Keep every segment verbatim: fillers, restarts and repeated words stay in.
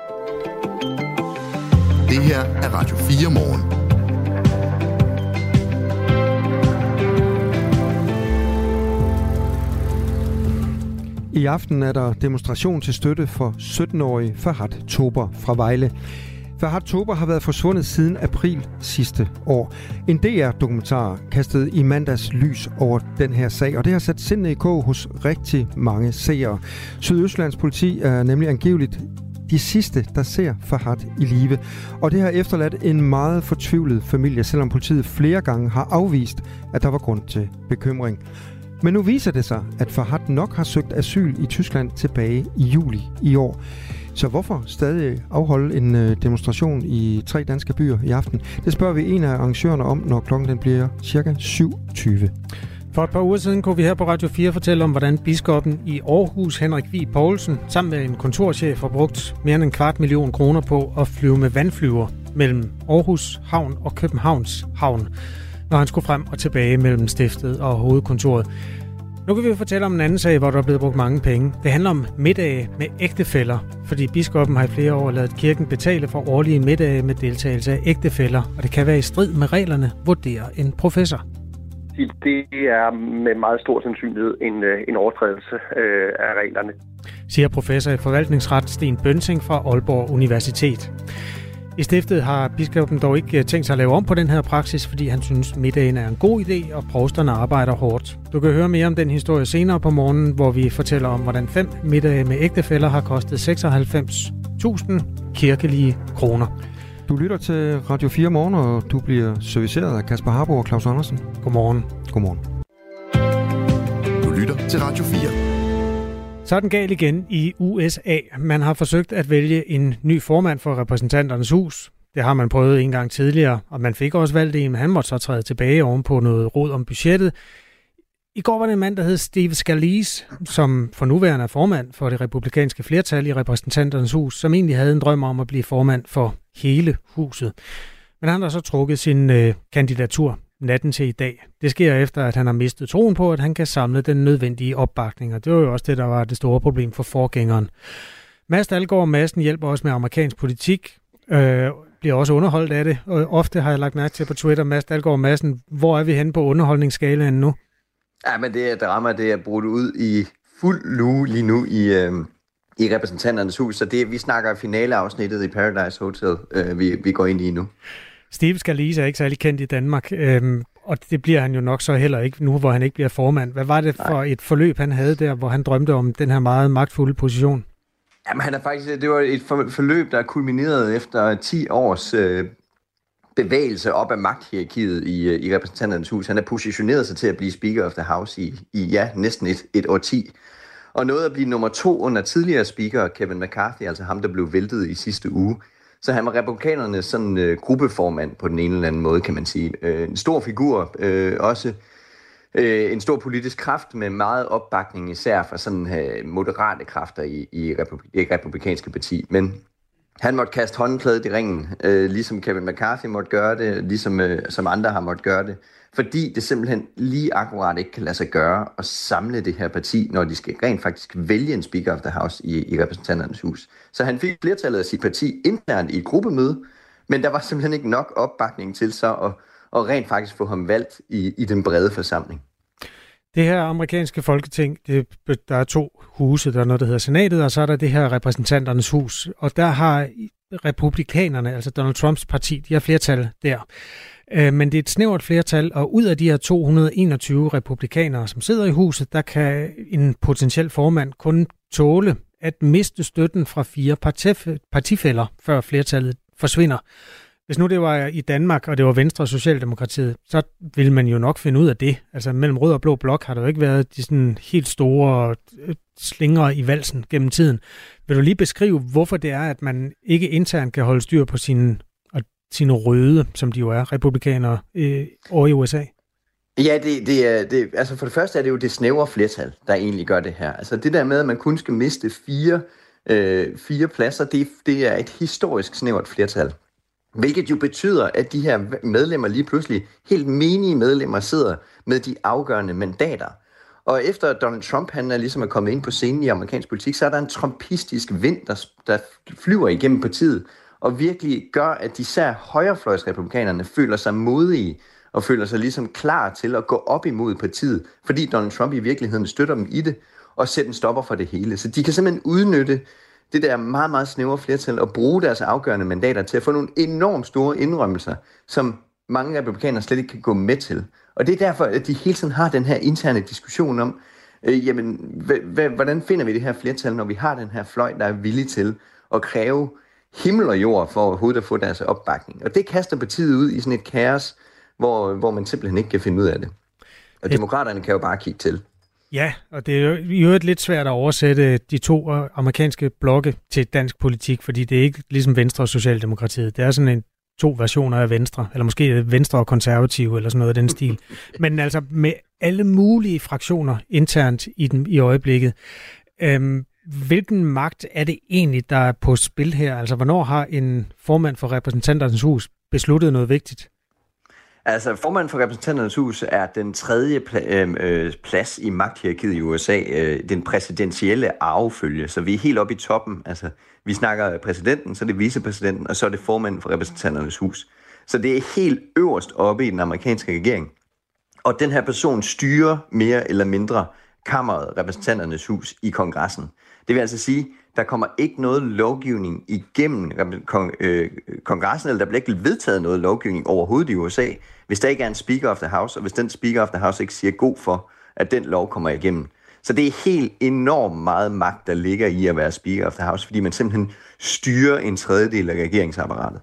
Det her er Radio fire Morgen. I aften er der demonstration til støtte for sytten-årige Farhad Tober fra Vejle. Farhad Tober har været forsvundet siden april sidste år. En D R-dokumentar kastede i mandags lys over den her sag, og det har sat sindene i kog hos rigtig mange seere. Sydøstlands politi er nemlig angiveligt de sidste, der ser Farhad i live. Og det har efterladt en meget fortvivlet familie, selvom politiet flere gange har afvist, at der var grund til bekymring. Men nu viser det sig, at Farhad nok har søgt asyl i Tyskland tilbage i juli i år. Så hvorfor stadig afholde en demonstration i tre danske byer i aften? Det spørger vi en af arrangørerne om, når klokken den bliver cirka syv tyve. For et par uger siden kunne vi her på Radio fire fortælle om, hvordan biskoppen i Aarhus, Henrik Vig Poulsen, sammen med en kontorchef har brugt mere end en kvart million kroner på at flyve med vandflyver mellem Aarhus Havn og Københavns Havn, når han skulle frem og tilbage mellem stiftet og hovedkontoret. Nu kan vi fortælle om en anden sag, hvor der er blevet brugt mange penge. Det handler om middage med ægtefæller, fordi biskoppen har i flere år ladet kirken betale for årlige middage med deltagelse af ægtefæller, og det kan være i strid med reglerne, vurderer en professor. Det er med meget stor sandsynlighed en, en overtrædelse øh, af reglerne, siger professor i forvaltningsret Sten Bønsing fra Aalborg Universitet. I stiftet har biskoppen dog ikke tænkt sig at lave om på den her praksis, fordi han synes, middagen er en god idé, og provsterne arbejder hårdt. Du kan høre mere om den historie senere på morgenen, hvor vi fortæller om, hvordan fem middage med ægtefæller har kostet seksoghalvfems tusind kirkelige kroner. Du lytter til Radio fire Morgen, og du bliver serviceret af Kasper Harbo og Claus Andersen. Godmorgen. Godmorgen. Du lytter til Radio fire. Så er den galt igen i U S A. Man har forsøgt at vælge en ny formand for repræsentanternes hus. Det har man prøvet en gang tidligere, og man fik også valgt en, men han måtte så træde tilbage ovenpå noget råd om budgettet. I går var det en mand, der hed Steve Scalise, som for nuværende er formand for det republikanske flertal i repræsentanternes hus, som egentlig havde en drøm om at blive formand for hele huset. Men han har så trukket sin øh, kandidatur natten til i dag. Det sker efter, at han har mistet troen på, at han kan samle den nødvendige opbakning, og det var jo også det, der var det store problem for forgængeren. Mads Dalgaard Madsen hjælper også med amerikansk politik, øh, bliver også underholdt af det, og ofte har jeg lagt mærke til på Twitter, Mads Dalgaard Madsen, hvor er vi henne på underholdningsskalaen nu? Ja, men det er drama, det er brudt ud i fuld lue lige nu i, øh, i repræsentanternes hus, så det, vi snakker finaleafsnittet i Paradise Hotel, øh, vi, vi går ind i nu. Steve Scalise er ikke særlig kendt i Danmark, øhm, og det bliver han jo nok så heller ikke nu, hvor han ikke bliver formand. Hvad var det for Nej. et forløb, han havde der, hvor han drømte om den her meget magtfulde position? Jamen, han er faktisk, det var et forløb, der kulminerede efter ti års øh, bevægelse op af magthierarkiet i, i repræsentanternes hus. Han har positioneret sig til at blive Speaker of the House i, i ja, næsten et, et årti. Og nåede at blive nummer to under tidligere speaker, Kevin McCarthy, altså ham, der blev væltet i sidste uge. Så han var republikanernes sådan øh, gruppeformand på den ene eller anden måde, kan man sige. Øh, en stor figur, øh, også øh, en stor politisk kraft med meget opbakning, især fra sådan øh, moderate kræfter i, i republik- det republikanske parti. Men han måtte kaste håndklædet i ringen, øh, ligesom Kevin McCarthy måtte gøre det, ligesom øh, som andre har måttet gøre det. Fordi det simpelthen lige akkurat ikke kan lade sig gøre at samle det her parti, når de skal rent faktisk vælge en Speaker of the House i, i repræsentanternes hus. Så han fik flertallet af sit parti internt i et gruppemøde, men der var simpelthen ikke nok opbakning til så at, at rent faktisk få ham valgt i, i den brede forsamling. Det her amerikanske folketing, det, der er to huse, der er noget, der hedder senatet, og så er der det her repræsentanternes hus. Og der har republikanerne, altså Donald Trumps parti, de har flertal der. Men det er et snævert flertal, og ud af de her to hundrede og enogtyve republikanere, som sidder i huset, der kan en potentiel formand kun tåle at miste støtten fra fire partif- partifæller, før flertallet forsvinder. Hvis nu det var i Danmark, og det var Venstre og Socialdemokratiet, så ville man jo nok finde ud af det. Altså mellem rød og blå blok har der jo ikke været de sådan helt store slingre i valsen gennem tiden. Vil du lige beskrive, hvorfor det er, at man ikke internt kan holde styr på sine, sine røde, som de jo er, republikanere øh, over i U S A? Ja, det, det er, det, altså for det første er det jo det snævre flertal, der egentlig gør det her. Altså det der med, at man kun skal miste fire, øh, fire pladser, det, det er et historisk snævert flertal. Hvilket jo betyder, at de her medlemmer lige pludselig, helt menige medlemmer, sidder med de afgørende mandater. Og efter Donald Trump han er ligesom er kommet ind på scenen i amerikansk politik, så er der en trumpistisk vind, der, der flyver igennem partiet, og virkelig gør, at især højrefløjsrepublikanerne føler sig modige, og føler sig ligesom klar til at gå op imod partiet, fordi Donald Trump i virkeligheden støtter dem i det, og sætter en stopper for det hele. Så de kan simpelthen udnytte det der meget, meget snævre flertal, og bruge deres afgørende mandater til at få nogle enormt store indrømmelser, som mange republikanere slet ikke kan gå med til. Og det er derfor, at de hele tiden har den her interne diskussion om, øh, jamen, h- h- hvordan finder vi det her flertal, når vi har den her fløj, der er villig til at kræve himmel og jord for overhovedet at få deres opbakning. Og det kaster partiet ud i sådan et kaos, hvor, hvor man simpelthen ikke kan finde ud af det. Og demokraterne kan jo bare kigge til. Ja, og det er jo i øvrigt lidt svært at oversætte de to amerikanske blokke til dansk politik, fordi det er ikke ligesom Venstre og Socialdemokratiet. Det er sådan en to versioner af Venstre, eller måske Venstre og Konservative, eller sådan noget af den stil. Men altså med alle mulige fraktioner internt i dem i øjeblikket. Øhm, hvilken magt er det egentlig, der er på spil her? Altså, hvornår har en formand for Repræsentanternes Hus besluttet noget vigtigt? Altså, formanden for Repræsentanternes Hus er den tredje pla- øh, plads i magthierarkiet i U S A, øh, den præsidentielle arvefølge, så vi er helt oppe i toppen. Altså, vi snakker præsidenten, så er det vicepræsidenten, og så er det formanden for Repræsentanternes Hus. Så det er helt øverst oppe i den amerikanske regering. Og den her person styrer mere eller mindre kammeret, Repræsentanternes Hus, i kongressen. Det vil altså sige, der kommer ikke noget lovgivning igennem kong- øh, kongressen, eller der bliver ikke vedtaget noget lovgivning overhovedet i U S A, hvis der ikke er en Speaker of the House, og hvis den Speaker of the House ikke siger god for, at den lov kommer igennem. Så det er helt enormt meget magt, der ligger i at være Speaker of the House, fordi man simpelthen styrer en tredjedel af regeringsapparatet.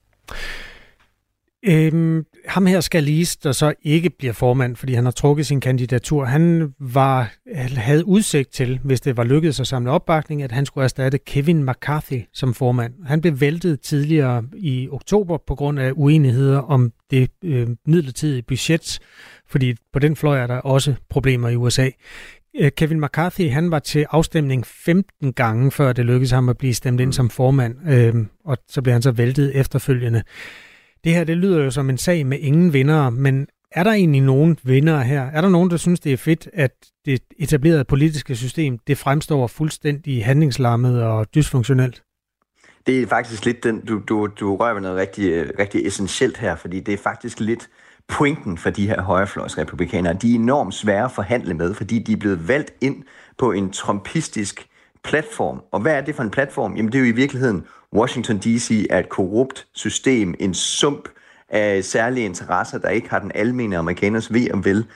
Øhm, ham her Scalise, der så ikke bliver formand, fordi han har trukket sin kandidatur, han var, havde udsigt til, hvis det var lykkedes at samle opbakning, at han skulle erstatte Kevin McCarthy som formand. Han blev væltet tidligere i oktober på grund af uenigheder om det øh, midlertidige budget, fordi på den fløj er der også problemer i U S A. Kevin McCarthy, han var til afstemning femten gange, før det lykkedes ham at blive stemt ind som formand, øh, og så blev han så væltet efterfølgende. Det her, det lyder jo som en sag med ingen vindere, men er der egentlig nogen vindere her? Er der nogen, der synes, det er fedt, at det etablerede politiske system, det fremstår fuldstændig handlingslammet og dysfunktionelt? Det er faktisk lidt den, du, du, du rører ved noget rigtig, rigtig essentielt her, fordi det er faktisk lidt pointen for de her højrefløjsrepublikanere. De er enormt svære at forhandle med, fordi de er blevet valgt ind på en trumpistisk platform. Og hvad er det for en platform? Jamen det er jo i virkeligheden, Washington D C er et korrupt system, en sump af særlige interesser, der ikke har den almene amerikaners ved og vel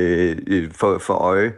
øh, for, for øje.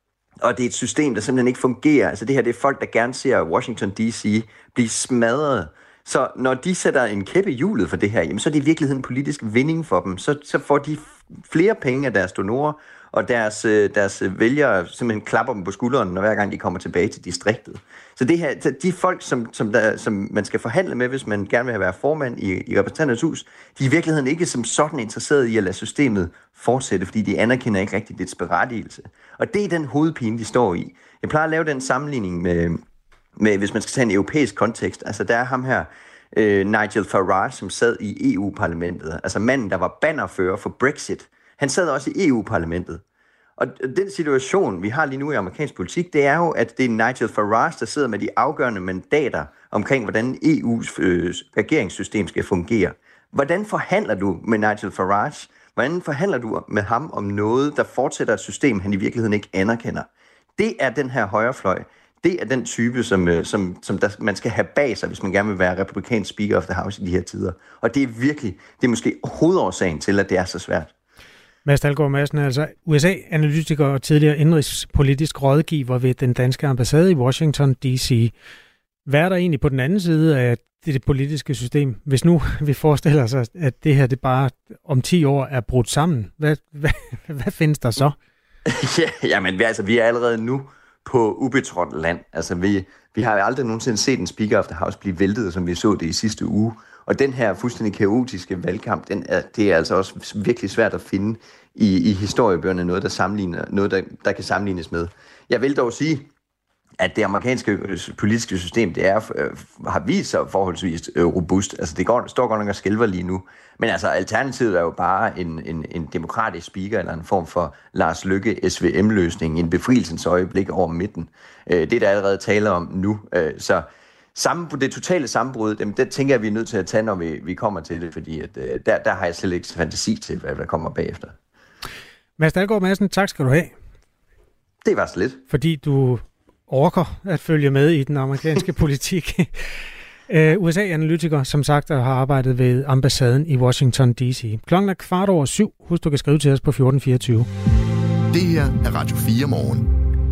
Og det er et system, der simpelthen ikke fungerer. Altså det her, det er folk, der gerne ser Washington D C blive smadret. Så når de sætter en kæppe i hjulet for det her, jamen så er det i virkeligheden en politisk vinding for dem. Så, så får de flere penge af deres donorer, og deres, deres vælgere simpelthen klapper dem på skulderen, når hver gang de kommer tilbage til distriktet. Så det her, de folk, som, som, der, som man skal forhandle med, hvis man gerne vil være formand i, i Repræsentanternes Hus, de er i virkeligheden ikke som sådan interesseret i at lade systemet fortsætte, fordi de anerkender ikke rigtigt dets berettigelse. Og det er den hovedpine, de står i. Jeg plejer at lave den sammenligning med, med hvis man skal tage en europæisk kontekst. Altså der er ham her, øh, Nigel Farage, som sad i E U-parlamentet. Altså manden, der var bannerfører for Brexit. Han sad også i E U-parlamentet. Og den situation, vi har lige nu i amerikansk politik, det er jo, at det er Nigel Farage, der sidder med de afgørende mandater omkring, hvordan E U's øh, regeringssystem skal fungere. Hvordan forhandler du med Nigel Farage? Hvordan forhandler du med ham om noget, der fortsætter et system, han i virkeligheden ikke anerkender? Det er den her højrefløj. Det er den type, som, som, som der, man skal have bag sig, hvis man gerne vil være republikansk Speaker of the House i de her tider. Og det er virkelig, det er måske hovedårsagen til, at det er så svært. Mads Dalgaard Madsen er altså U S A-analytiker og tidligere indrigspolitisk rådgiver ved den danske ambassade i Washington D C. Hvad er der egentlig på den anden side af det, det politiske system? Hvis nu vi forestiller os, at det her det bare om ti år er brudt sammen, hvad, hvad, hvad findes der så? ja, jamen, vi, altså, vi er allerede nu på ubetrådt land. Altså, vi, vi har aldrig nogensinde set en Speaker of the House blive væltet, som vi så det i sidste uge. Og den her fuldstændig kaotiske valgkamp, den er, det er altså også virkelig svært at finde i, i historiebøgerne noget, der, sammenligner, noget der, der kan sammenlignes med. Jeg vil dog sige, at det amerikanske politiske system, det er, øh, har vist sig forholdsvis øh, robust. Altså det går, står godt nok og skælver lige nu. Men altså alternativet er jo bare en, en, en demokratisk speaker, eller en form for Lars Løkke S V M-løsning, en befrielsens øjeblik over midten. Øh, det er der allerede tale om nu. Øh, så sammen, det totale sammenbrud, det, det tænker jeg, vi er nødt til at tage, når vi, vi kommer til det, fordi at, øh, der, der har jeg slet ikke fantasi til, hvad der kommer bagefter. Mads Dalgaard Madsen, tak skal du have. Det var så lidt. Fordi du orker at følge med i den amerikanske politik. uh, U S A-analytiker, som sagt, har arbejdet ved ambassaden i Washington D C. Klokken er kvart over syv. Husk, du kan skrive til os på fjorten fireogtyve. Det her er Radio fire Morgen.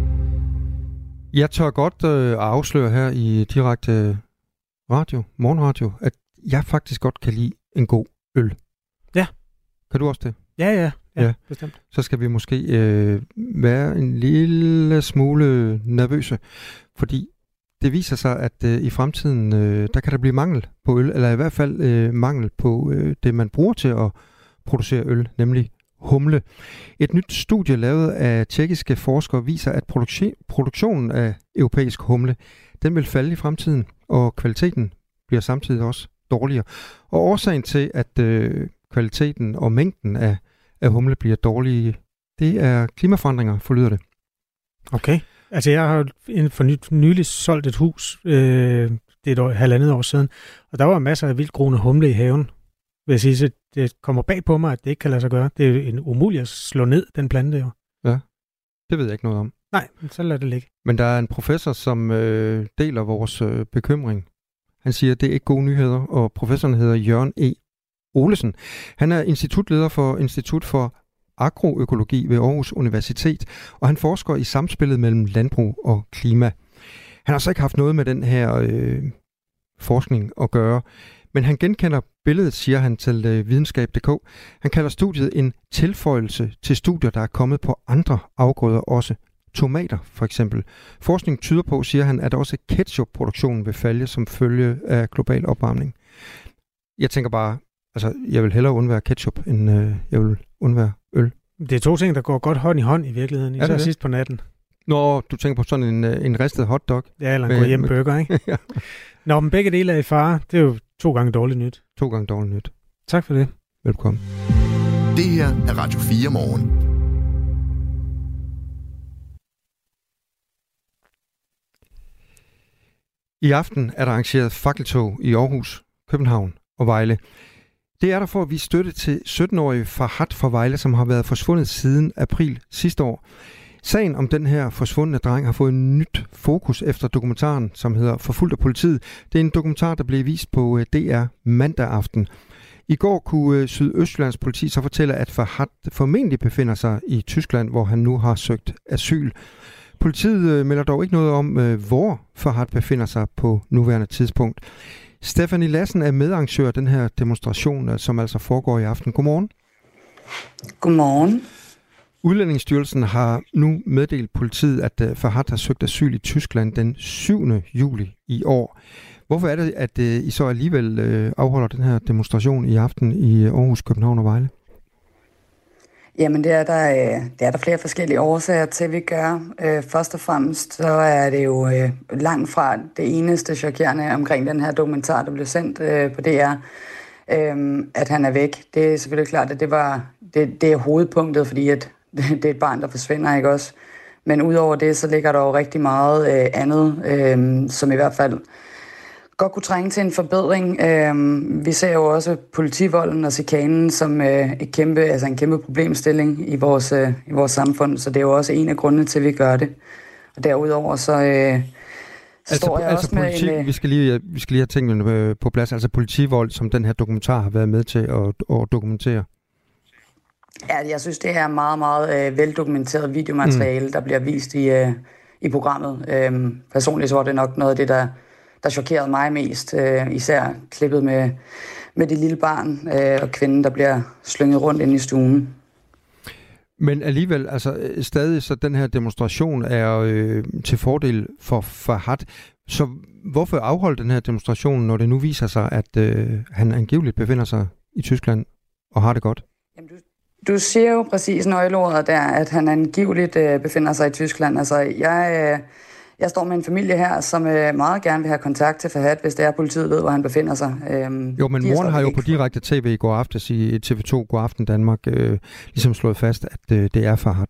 Jeg tør godt øh, afsløre her i direkte radio, morgenradio, at jeg faktisk godt kan lide en god øl. Ja. Kan du også det? Ja, ja. Ja, ja. Bestemt. Så skal vi måske øh, være en lille smule nervøse, fordi det viser sig, at øh, i fremtiden, øh, der kan der blive mangel på øl, eller i hvert fald øh, mangel på øh, det, man bruger til at producere øl, nemlig humle. Et nyt studie lavet af tjekkiske forskere viser, at produk- produktionen af europæisk humle, den vil falde i fremtiden, og kvaliteten bliver samtidig også dårligere. Og årsagen til, at øh, kvaliteten og mængden af at humle bliver dårlige, det er klimaforandringer, forlyder det. Okay. Altså jeg har for ny, nylig solgt et hus, øh, det er et år, halvandet år siden, og der var masser af vildtgroende humle i haven. Vil jeg sige, så det kommer bag på mig, at det ikke kan lade sig gøre. Det er en umuligt at slå ned, den plante jo. Ja, det ved jeg ikke noget om. Nej, så lad det ligge. Men der er en professor, som øh, deler vores øh, bekymring. Han siger, at det er ikke gode nyheder, og professoren hedder Jørgen E. Olesen. Han er institutleder for Institut for Agroøkologi ved Aarhus Universitet, og han forsker i samspillet mellem landbrug og klima. Han har så ikke haft noget med den her øh, forskning at gøre, men han genkender billedet, siger han til øh, videnskab punktum d k. Han kalder studiet en tilføjelse til studier, der er kommet på andre afgrøder også. Tomater for eksempel. Forskning tyder på, siger han, at også ketchup-produktionen vil falde som følge af global opvarmning. Jeg tænker bare, altså, jeg vil hellere undvære ketchup, end øh, jeg vil undvære øl. Det er to ting, der går godt hånd i hånd i virkeligheden, især sidst på natten. Når du tænker på sådan en, en ristet hotdog. Ja, eller en gå hjem burger, ikke? Ja. Når men begge dele er i fare, det er jo to gange dårligt nyt. To gange dårligt nyt. Tak for det. Velkommen. Det her er Radio fire Morgen. I aften er der arrangeret fakkeltog i Aarhus, København og Vejle. Det er der for at vise støtte til sytten-årige Farhat fra Vejle, som har været forsvundet siden april sidste år. Sagen om den her forsvundne dreng har fået en nyt fokus efter dokumentaren, som hedder Forfulgt af politiet. Det er en dokumentar, der blev vist på D R mandag aften. I går kunne Sydøstjyllands politi så fortælle, at Farhat formentlig befinder sig i Tyskland, hvor han nu har søgt asyl. Politiet melder dog ikke noget om, hvor Farhat befinder sig på nuværende tidspunkt. Stephanie Lassen er medarrangør af den her demonstration, som altså foregår i aften. Godmorgen. Godmorgen. Udlændingsstyrelsen har nu meddelt politiet, at Farhat har søgt asyl i Tyskland den syvende juli i år. Hvorfor er det, at I så alligevel afholder den her demonstration i aften i Aarhus, København og Vejle? Jamen, det er der, det er der flere forskellige årsager til, at vi gør. Først og fremmest så er det jo langt fra det eneste chokerende omkring den her dokumentar, der blev sendt på D R, at han er væk. Det er selvfølgelig klart, at det, var, det, det er hovedpunktet, fordi at det er et barn, der forsvinder, ikke også? Men udover det, så ligger der jo rigtig meget andet, som i hvert fald godt kunne trænge til en forbedring. Øh, vi ser jo også politivolden og chikanen som øh, et kæmpe, altså en kæmpe problemstilling i vores, øh, i vores samfund, så det er jo også en af grundene til, at vi gør det. Og derudover så, øh, så altså, står jeg altså også politi, med en... vi, skal lige, vi skal lige have tingene på plads. Altså politivold, som den her dokumentar har været med til at, at dokumentere. Ja, jeg synes, det er meget, meget øh, veldokumenteret videomateriale, mm. der bliver vist i, øh, i programmet. Øh, personligt så var det nok noget af det, der der chokerede mig mest, øh, især klippet med, med det lille barn øh, og kvinden, der bliver slynget rundt ind i stuen. Men alligevel, altså stadig så den her demonstration er øh, til fordel for Farhat. Så hvorfor afholde den her demonstration, når det nu viser sig, at øh, han angiveligt befinder sig i Tyskland og har det godt? Jamen, du, du siger jo præcis nøgleordet der, at han angiveligt øh, befinder sig i Tyskland. Altså, jeg... Øh, jeg står med en familie her, som øh, meget gerne vil have kontakt til Fahad, hvis det er, politiet ved, hvor han befinder sig. Øhm, jo, men moren har jo på direkte tv i går aftes i T V to God Aften Danmark øh, ligesom slået fast, at øh, det er Fahad.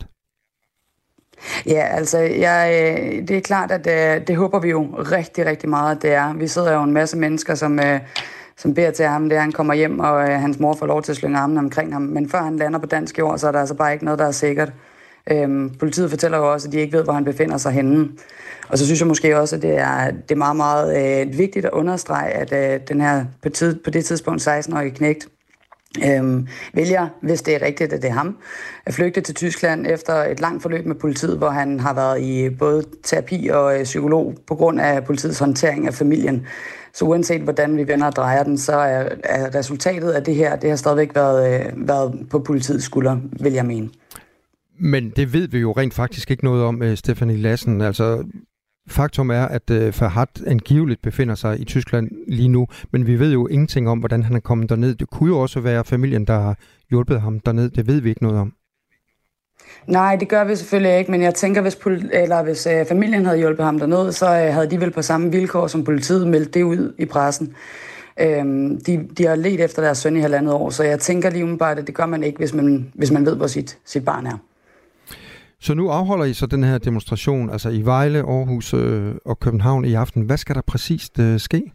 Ja, altså, jeg, det er klart, at øh, det håber vi jo rigtig, rigtig meget, at det er. Vi sidder jo en masse mennesker, som, øh, som beder til ham, det er, han kommer hjem, og øh, hans mor får lov til at slynge armene omkring ham. Men før han lander på dansk jord, så er der altså bare ikke noget, der er sikkert. Øhm, politiet fortæller jo også, at de ikke ved, hvor han befinder sig henne. Og så synes jeg måske også, at det er, det er meget, meget øh, vigtigt at understrege, at øh, den her på, tid, på det tidspunkt seksten-årige knægt øhm, vælger, hvis det er rigtigt, at det er ham, at flygte til Tyskland efter et langt forløb med politiet, hvor han har været i både terapi og øh, psykolog på grund af politiets håndtering af familien. Så uanset hvordan vi vender og drejer den, så er, er resultatet af det her, det har stadigvæk været, øh, været på politiets skulder, vil jeg mene. Men det ved vi jo rent faktisk ikke noget om, Stephanie Lassen. Altså, faktum er, at uh, Fahad angiveligt befinder sig i Tyskland lige nu, men vi ved jo ingenting om, hvordan han er kommet derned. Det kunne jo også være familien, der har hjulpet ham derned. Det ved vi ikke noget om. Nej, det gør vi selvfølgelig ikke, men jeg tænker, hvis, pol- eller hvis uh, familien havde hjulpet ham derned, så uh, havde de vel på samme vilkår som politiet meldt det ud i pressen. Øhm, de, de har ledt efter deres søn i halvandet år, så jeg tænker lige umiddelbart, at det gør man ikke, hvis man, hvis man ved, hvor sit, sit barn er. Så nu afholder I så den her demonstration, altså i Vejle, Aarhus øh, og København i aften. Hvad skal der præcist øh, ske?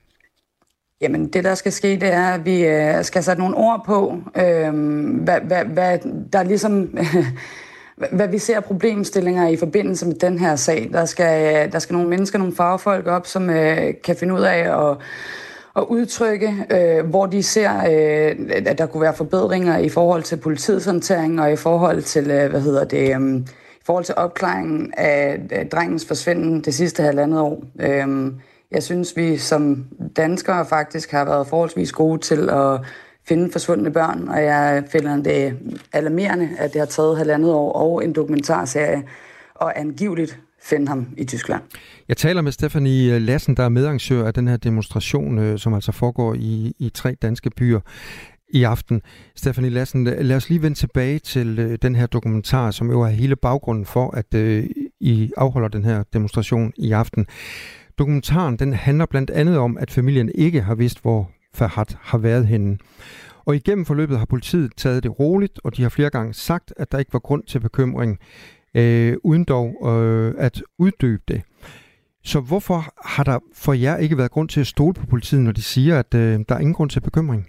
Jamen, det der skal ske, det er, at vi øh, skal sætte nogle ord på, øh, hvad, hvad, hvad der ligesom, hvad vi ser problemstillinger i forbindelse med den her sag. Der skal, der skal nogle mennesker, nogle fagfolk op, som øh, kan finde ud af at og udtrykke, øh, hvor de ser, øh, at der kunne være forbedringer i forhold til politiets håndtering og i forhold til, øh, hvad hedder det, øh, i forhold til opklaringen af, af drengens forsvinden det sidste halvandet år. Øh, jeg synes, vi som danskere faktisk har været forholdsvis gode til at finde forsvundne børn, og jeg finder det alarmerende, at det har taget halvandet år og en dokumentarserie og angiveligt finde ham i Tyskland. Jeg taler med Stephanie Lassen, der er medarrangør af den her demonstration, som altså foregår i, i tre danske byer i aften. Stephanie Lassen, lad os lige vende tilbage til den her dokumentar, som jo er hele baggrunden for, at uh, I afholder den her demonstration i aften. Dokumentaren, den handler blandt andet om, at familien ikke har vidst, hvor Fahad har været henne. Og igennem forløbet har politiet taget det roligt, og de har flere gange sagt, at der ikke var grund til bekymring, øh, uden dog øh, at uddybe det. Så hvorfor har der for jer ikke været grund til at stole på politiet, når de siger, at øh, der er ingen grund til bekymring?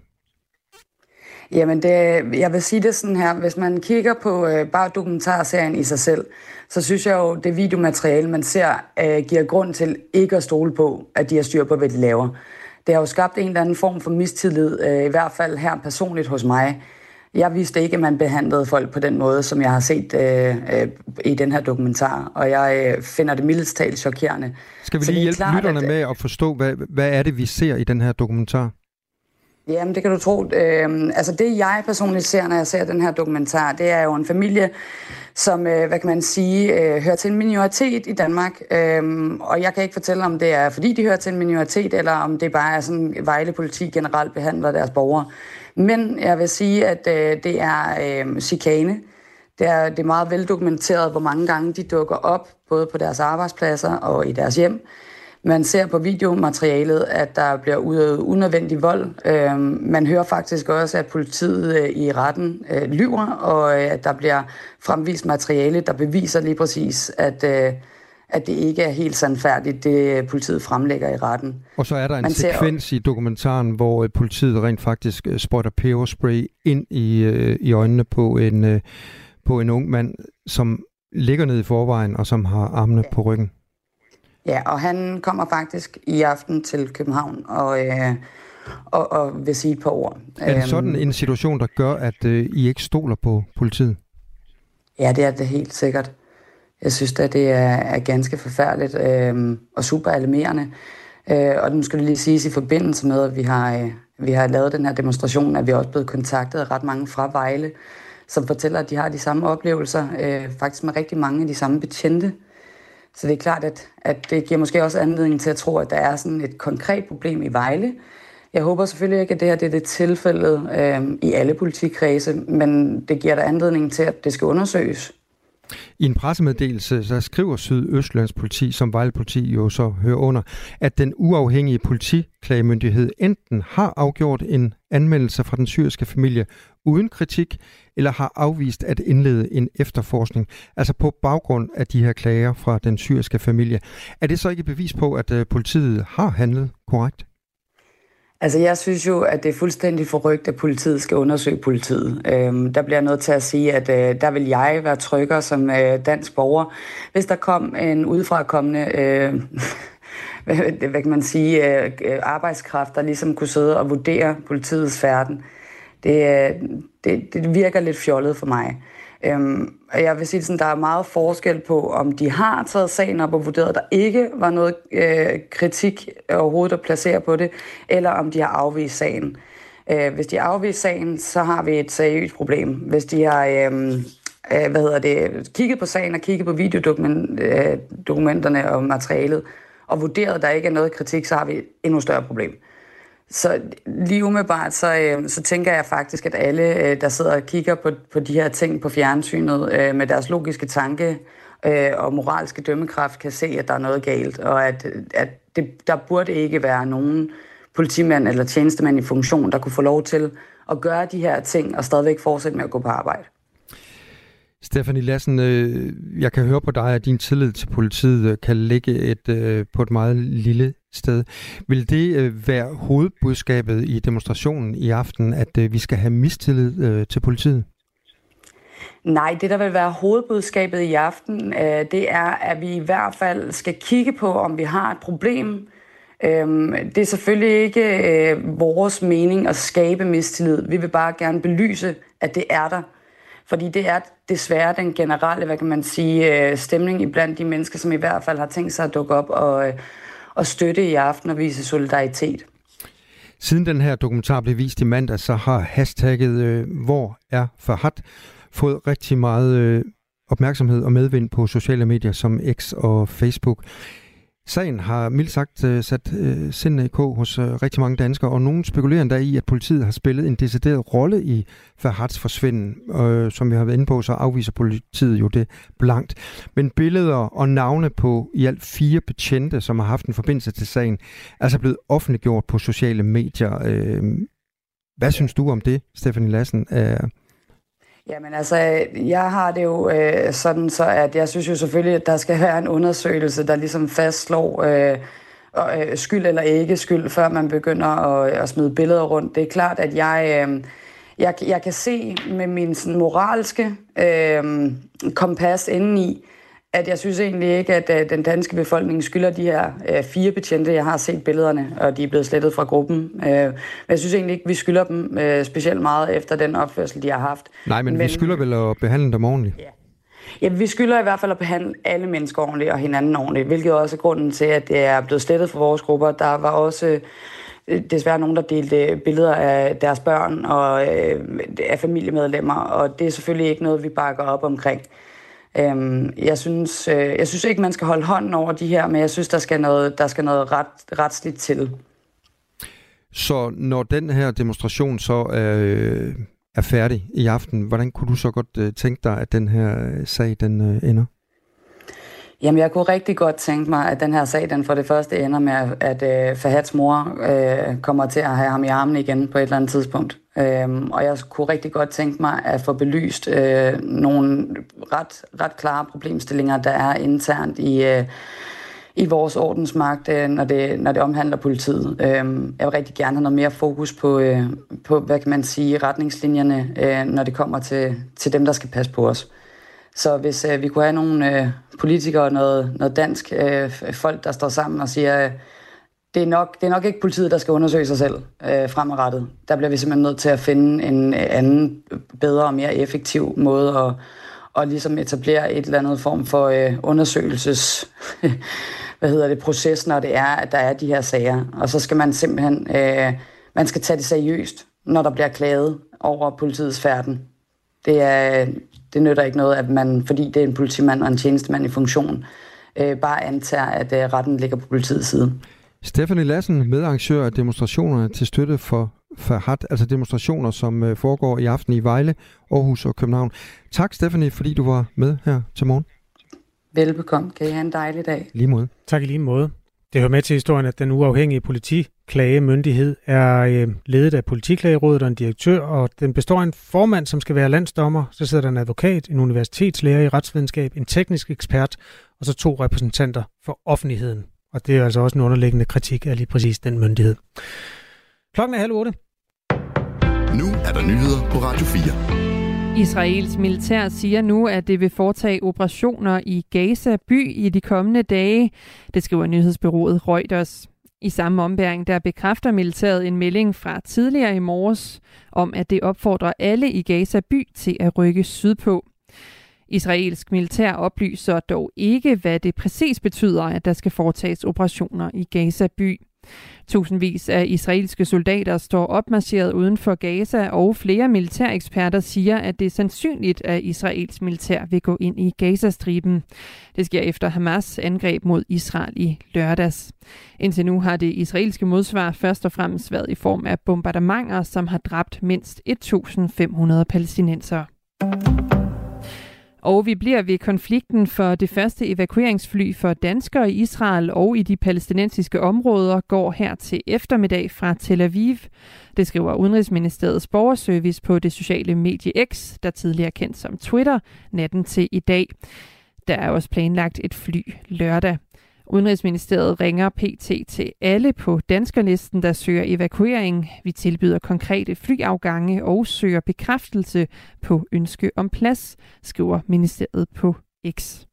Jamen, det, jeg vil sige det sådan her. Hvis man kigger på øh, bare dokumentarserien i sig selv, så synes jeg jo, det videomateriale, man ser, øh, giver grund til ikke at stole på, at de har styr på, hvad de laver. Det har jo skabt en eller anden form for mistillid, øh, i hvert fald her personligt hos mig. Jeg vidste ikke, at man behandlede folk på den måde, som jeg har set øh, øh, i den her dokumentar, og jeg øh, finder det mildest talt chokerende. Skal vi lige hjælpe klart, lytterne at, med at forstå, hvad, hvad er det, vi ser i den her dokumentar? Jamen, det kan du tro. Øh, altså, det jeg personligt ser, når jeg ser den her dokumentar, det er jo en familie, som, øh, hvad kan man sige, øh, hører til en minoritet i Danmark. Øh, og jeg kan ikke fortælle, om det er, fordi de hører til en minoritet, eller om det bare er sådan, Vejle politi generelt behandler deres borgere. Men jeg vil sige, at øh, det er øh, chikane. Det er, det er meget veldokumenteret, hvor mange gange de dukker op, både på deres arbejdspladser og i deres hjem. Man ser på videomaterialet, at der bliver udøvet unødvendig vold. Øh, man hører faktisk også, at politiet øh, i retten øh, lyver, og øh, at der bliver fremvist materiale, der beviser lige præcis, at, øh, at det ikke er helt sandfærdigt, det politiet fremlægger i retten. Og så er der en man sekvens ser... i dokumentaren, hvor politiet rent faktisk sprøjter peberspray ind i, øh, i øjnene på en, øh, på en ung mand, som ligger ned i forvejen, og som har armene ja. på ryggen. Ja, og han kommer faktisk i aften til København og, øh, og, og vil sige et par ord. Er det sådan en situation, der gør, at øh, I ikke stoler på politiet? Ja, det er det helt sikkert. Jeg synes at det er, er ganske forfærdeligt øh, og super alarmerende. Øh, og nu skal det lige siges i forbindelse med, at vi har, øh, vi har lavet den her demonstration, at vi er også blevet kontaktet af ret mange fra Vejle, som fortæller, at de har de samme oplevelser, øh, faktisk med rigtig mange af de samme betjente. Så det er klart, at, at det giver måske også anledning til at tro, at der er sådan et konkret problem i Vejle. Jeg håber selvfølgelig ikke, at det her det er det tilfælde øh, i alle politikredse, men det giver der anledning til, at det skal undersøges. I en pressemeddelelse så skriver Sydøstjyllands politi, som Vejle politi jo så hører under, at den uafhængige politiklagemyndighed enten har afgjort en anmeldelse fra den syriske familie uden kritik, eller har afvist at indlede en efterforskning, altså på baggrund af de her klager fra den syriske familie. Er det så ikke et bevis på, at politiet har handlet korrekt? Altså, jeg synes jo, at det er fuldstændig forrygt, at politiet skal undersøge politiet. Øhm, der bliver jeg nødt til at sige, at øh, der vil jeg være tryggere som øh, dansk borger, hvis der kom en udefrakommende, øh, hvad, hvad kan man sige, øh, arbejdskraft, der ligesom kunne sidde og vurdere politiets færden. Det, det, det virker lidt fjollet for mig. Øhm, og jeg vil sige sådan, der er meget forskel på, om de har taget sagen op og vurderet, at der ikke var noget øh, kritik overhovedet at placere på det, eller om de har afvist sagen. Øh, hvis de har afvist sagen, så har vi et seriøst problem. Hvis de har øh, øh, hvad hedder det, kigget på sagen og kigget på videodokumenterne og materialet, og vurderet, at der ikke er noget kritik, så har vi et endnu større problem. Så lige umiddelbart, så, så tænker jeg faktisk, at alle, der sidder og kigger på, på de her ting på fjernsynet, med deres logiske tanke og moralske dømmekraft, kan se, at der er noget galt, og at, at det, der burde ikke være nogen politimand eller tjenestemand i funktion, der kunne få lov til at gøre de her ting og stadigvæk fortsætte med at gå på arbejde. Stephanie Lassen, jeg kan høre på dig, at din tillid til politiet kan ligge et, på et meget lille sted. Vil det være hovedbudskabet i demonstrationen i aften, at vi skal have mistillid til politiet? Nej, det der vil være hovedbudskabet i aften, det er, at vi i hvert fald skal kigge på, om vi har et problem. Det er selvfølgelig ikke vores mening at skabe mistillid. Vi vil bare gerne belyse, at det er der. Fordi det er desværre den generelle, hvad kan man sige, stemning iblandt de mennesker, som i hvert fald har tænkt sig at dukke op og, og støtte i aften og vise solidaritet. Siden den her dokumentar blev vist i mandag, så har hashtagget øh, Hvor er Farhad fået rigtig meget øh, opmærksomhed og medvind på sociale medier som X og Facebook. Sagen har mildt sagt øh, sat øh, sindene i kog hos øh, rigtig mange danskere, og nogen spekulerer endda i, at politiet har spillet en decideret rolle i Farhads forsvinden. Øh, som vi har været inde på, så afviser politiet jo det blankt. Men billeder og navne på i alt fire betjente, som har haft en forbindelse til sagen, er så blevet offentliggjort på sociale medier. Øh, hvad synes du om det, Stephanie Lassen? Øh, Jamen altså, jeg har det jo øh, sådan så, at jeg synes jo selvfølgelig, at der skal være en undersøgelse, der ligesom fastslår øh, øh, skyld eller ikke skyld, før man begynder at, at smide billeder rundt. Det er klart, at jeg, øh, jeg, jeg kan se med min sådan, moralske øh, kompas indeni, at jeg synes egentlig ikke, at øh, den danske befolkning skylder de her øh, fire betjente. Jeg har set billederne, og de er blevet slettet fra gruppen. Øh, men jeg synes egentlig ikke, vi skylder dem øh, specielt meget efter den opførsel, de har haft. Nej, men, men vi skylder vel at behandle dem ordentligt? Ja. Ja, vi skylder i hvert fald at behandle alle mennesker ordentligt og hinanden ordentligt, hvilket også er grunden til, at det er blevet slettet fra vores grupper. Der var også øh, desværre nogen, der delte billeder af deres børn og øh, af familiemedlemmer, og det er selvfølgelig ikke noget, vi bakker op omkring. Jeg synes, jeg synes ikke, man skal holde hånden over de her, men jeg synes, der skal noget, der skal noget ret, retsligt til. Så når den her demonstration så er, er færdig i aften, hvordan kunne du så godt tænke dig, at den her sag den ender? Jamen, jeg kunne rigtig godt tænke mig, at den her sag, den for det første ender med, at uh, Farhads mor uh, kommer til at have ham i armen igen på et eller andet tidspunkt. Um, og jeg kunne rigtig godt tænke mig at få belyst uh, nogle ret, ret klare problemstillinger, der er internt i, uh, i vores ordensmagt, uh, når, det, når det omhandler politiet. Um, jeg vil rigtig gerne have noget mere fokus på, uh, på hvad kan man sige, retningslinjerne, uh, når det kommer til, til dem, der skal passe på os. Så hvis øh, vi kunne have nogle øh, politikere og noget, noget dansk øh, folk, der står sammen og siger, øh, det, er nok, det er nok ikke politiet, der skal undersøge sig selv øh, fremadrettet. Der bliver vi simpelthen nødt til at finde en anden, bedre og mere effektiv måde at, at ligesom etablere et eller andet form for øh, undersøgelses hvad hedder det, proces, når det er, at der er de her sager. Og så skal man simpelthen øh, man skal tage det seriøst, når der bliver klaget over politiets færden. Det er... Det nytter ikke noget, at man, fordi det er en politimand og en tjenestemand i funktion, øh, bare antager, at øh, retten ligger på politiets side. Stephanie Lassen, medarrangør af demonstrationerne til støtte for Farhat, altså demonstrationer, som foregår i aften i Vejle, Aarhus og København. Tak, Stephanie, fordi du var med her til morgen. Velbekomme. Kan I have en dejlig dag? Lige måde. Tak i lige måde. Det hører med til historien, at den uafhængige politiklagemyndighed er øh, ledet af Politiklagerådet og en direktør, og den består af en formand, som skal være landsdommer. Så sidder der en advokat, en universitetslærer i retsvidenskab, en teknisk ekspert, og så to repræsentanter for offentligheden. Og det er altså også en underliggende kritik af lige præcis den myndighed. Klokken er halv otte. Nu er der nyheder på Radio fire. Israels militær siger nu, at det vil foretage operationer i Gaza by i de kommende dage. Det skriver nyhedsbureauet Reuters. I samme ombæring der bekræfter militæret en melding fra tidligere i morges om, at det opfordrer alle i Gaza by til at rykke sydpå. Israelsk militær oplyser dog ikke, hvad det præcis betyder, at der skal foretages operationer i Gaza by. Tusindvis af israelske soldater står opmarcheret uden for Gaza, og flere militæreksperter siger, at det er sandsynligt, at Israels militær vil gå ind i Gazastriben. Det sker efter Hamas angreb mod Israel i lørdags. Indtil nu har det israelske modsvar først og fremmest været i form af bombardementer, som har dræbt mindst et tusind fem hundrede palæstinensere. Og vi bliver ved konflikten, for det første evakueringsfly for danskere i Israel og i de palæstinensiske områder går her til eftermiddag fra Tel Aviv. Det skriver Udenrigsministeriets borgerservice på det sociale medie X, der tidligere er kendt som Twitter, natten til i dag. Der er også planlagt et fly lørdag. Udenrigsministeriet ringer pt. Til alle på danskerlisten, der søger evakuering. Vi tilbyder konkrete flyafgange og søger bekræftelse på ønske om plads, skriver ministeriet på X.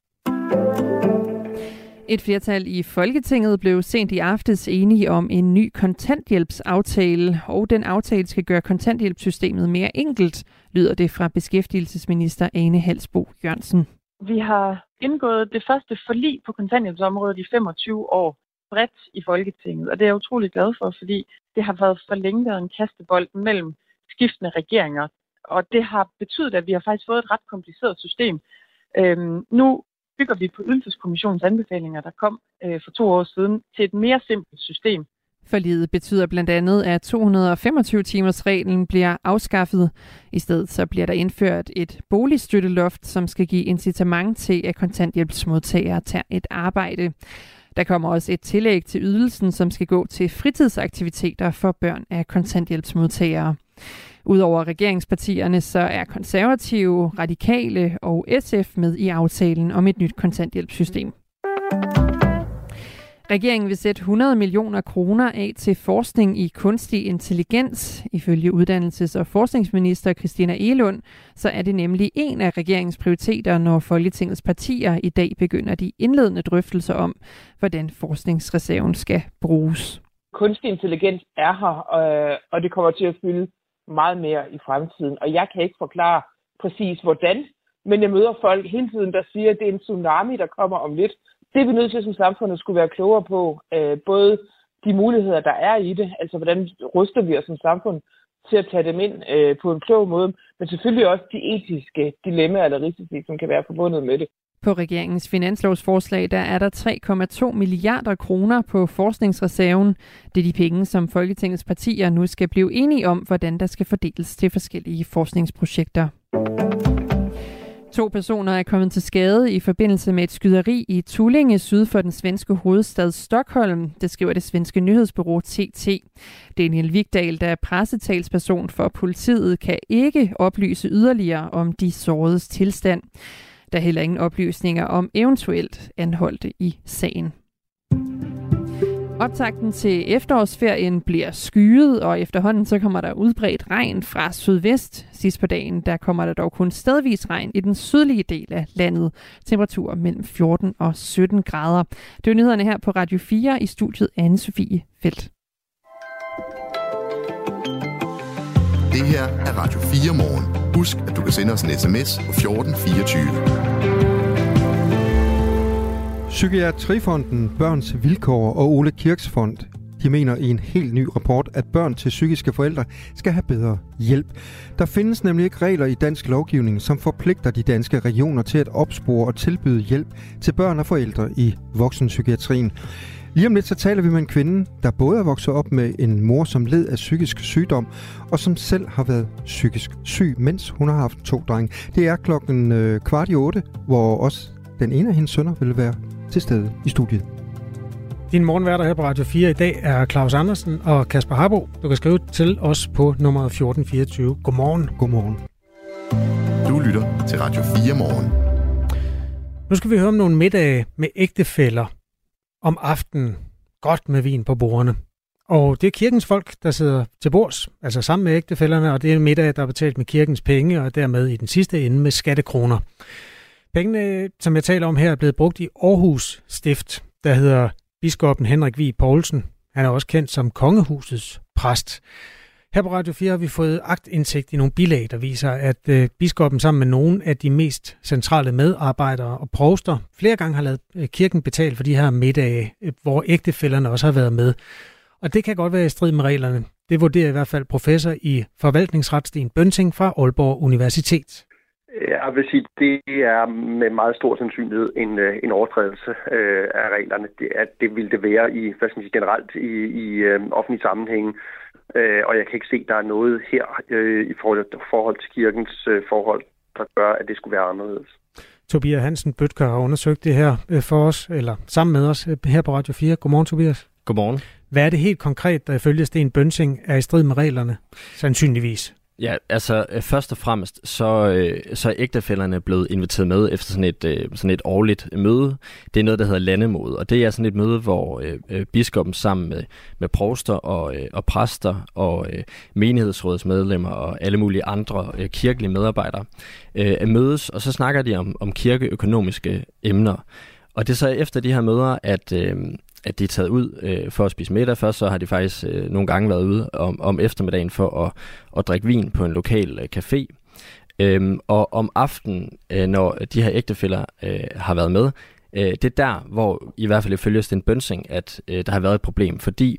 Et flertal i Folketinget blev sent i aftes enige om en ny kontanthjælpsaftale, og den aftale skal gøre kontanthjælpssystemet mere enkelt, lyder det fra beskæftigelsesminister Ane Halsboe Jørgensen. Vi har indgået det første forlig på kontanthjælpsområdet i femogtyve år bredt i Folketinget, og det er jeg utrolig glad for, fordi det har været for længe været en kastebold mellem skiftende regeringer, og det har betydet, at vi har faktisk fået et ret kompliceret system. Øhm, nu bygger vi på Ydelseskommissionens anbefalinger, der kom øh, for to år siden, til et mere simpelt system. Forliget betyder blandt andet, at to hundrede og femogtyve timers reglen bliver afskaffet. I stedet så bliver der indført et boligstøtteloft, som skal give incitament til, at kontanthjælpsmodtagere tager et arbejde. Der kommer også et tillæg til ydelsen, som skal gå til fritidsaktiviteter for børn af kontanthjælpsmodtagere. Udover regeringspartierne, så er konservative, radikale og S F med i aftalen om et nyt kontanthjælpssystem. Regeringen vil sætte hundrede millioner kroner af til forskning i kunstig intelligens. Ifølge uddannelses- og forskningsminister Christina Egelund, så er det nemlig en af regeringens prioriteter, når Folketingets partier i dag begynder de indledende drøftelser om, hvordan forskningsreserven skal bruges. Kunstig intelligens er her, og det kommer til at fylde meget mere i fremtiden. Og jeg kan ikke forklare præcis hvordan, men jeg møder folk hele tiden, der siger, at det er en tsunami, der kommer om lidt. Det er vi nødt til som samfundet skulle være klogere på, øh, både de muligheder, der er i det, altså hvordan ruster vi os som samfund til at tage dem ind øh, på en klog måde, men selvfølgelig også de etiske dilemmaer eller risici, som kan være forbundet med det. På regeringens finanslovsforslag der er der tre komma to milliarder kroner på forskningsreserven. Det er de penge, som Folketingets partier nu skal blive enige om, hvordan der skal fordeles til forskellige forskningsprojekter. To personer er kommet til skade i forbindelse med et skyderi i Tullinge syd for den svenske hovedstad Stockholm. Det skriver det svenske nyhedsbureau T T. Daniel Vigdal, der er pressetalsperson for politiet, kan ikke oplyse yderligere om de såredes tilstand. Der er heller ingen oplysninger om eventuelt anholdte i sagen. Optakten til efterårsferien bliver skyet, og efterhånden så kommer der udbredt regn fra sydvest. Sidst på dagen der kommer der dog kun stedvis regn i den sydlige del af landet. Temperaturer mellem fjorten og sytten grader. Det er nyhederne her på Radio fire i studiet Anne-Sophie Felt. Det her er Radio fire morgen. Husk, at du kan sende os en sms på fjorten fireogtyve. Psykiatrifonden, Børns Vilkår og Ole Kirks Fond, de mener i en helt ny rapport, at børn til psykiske forældre skal have bedre hjælp. Der findes nemlig ikke regler i dansk lovgivning, som forpligter de danske regioner til at opspore og tilbyde hjælp til børn og forældre i voksenpsykiatrien. Lige om lidt så taler vi med en kvinde, der både er vokset op med en mor, som led af psykisk sygdom, og som selv har været psykisk syg, mens hun har haft to drenge. Det er klokken øh, kvart i otte, hvor også den ene af hendes sønner vil være til stede i studiet. Din morgenværter her på Radio fire i dag er Claus Andersen og Kasper Harbo. Du kan skrive til os på nummer fjorten fireogtyve. Godmorgen. Godmorgen. Du lytter til Radio fire Morgen. Nu skal vi høre om nogle middage med ægtefæller om aftenen. Godt med vin på bordene. Og det er kirkens folk, der sidder til bords, altså sammen med ægtefællerne, og det er en middag, der er betalt med kirkens penge, og dermed i den sidste ende med skattekroner. Pengene, som jeg taler om her, er blevet brugt i Aarhus Stift, der hedder biskoppen Henrik Vig Poulsen. Han er også kendt som kongehusets præst. Her på Radio fire har vi fået aktindsigt i nogle bilag, der viser, at øh, biskoppen sammen med nogle af de mest centrale medarbejdere og provster flere gange har lavet øh, kirken betale for de her middage, øh, hvor ægtefællerne også har været med. Og det kan godt være i strid med reglerne. Det vurderer i hvert fald professor i forvaltningsret Sten Bønting fra Aalborg Universitet. Jeg vil sige, det er med meget stor sandsynlighed en, en overtrædelse øh, af reglerne. Det, at det vil det være i, hvad skal man sige, generelt i, i øh, offentlige sammenhænge. Øh, og jeg kan ikke se, at der er noget her øh, i forhold, forhold til kirkens øh, forhold, der gør, at det skulle være anderledes. Tobias Hansen Bødker har undersøgt det her øh, for os, eller sammen med os øh, her på Radio fire. Godmorgen, Tobias. Godmorgen. Hvad er det helt konkret, der ifølge Sten Bønting er i strid med reglerne, sandsynligvis? Ja, altså først og fremmest, så, øh, så er ægtefællerne blevet inviteret med efter sådan et, øh, sådan et årligt møde. Det er noget, der hedder landemøde, og det er sådan et møde, hvor øh, biskoppen sammen med, med provster og, øh, og præster og øh, menighedsrådsmedlemmer og alle mulige andre øh, kirkelige medarbejdere øh, mødes, og så snakker de om, om kirkeøkonomiske emner. Og det er så efter de her møder, at... Øh, at de er taget ud øh, for at spise middag. Først så har de faktisk øh, nogle gange været ude om, om eftermiddagen for at, at drikke vin på en lokal øh, café. Øhm, og om aftenen, øh, når de her ægtefæller øh, har været med, øh, det er der, hvor i hvert fald ifølge Sten Bønting, at øh, der har været et problem, fordi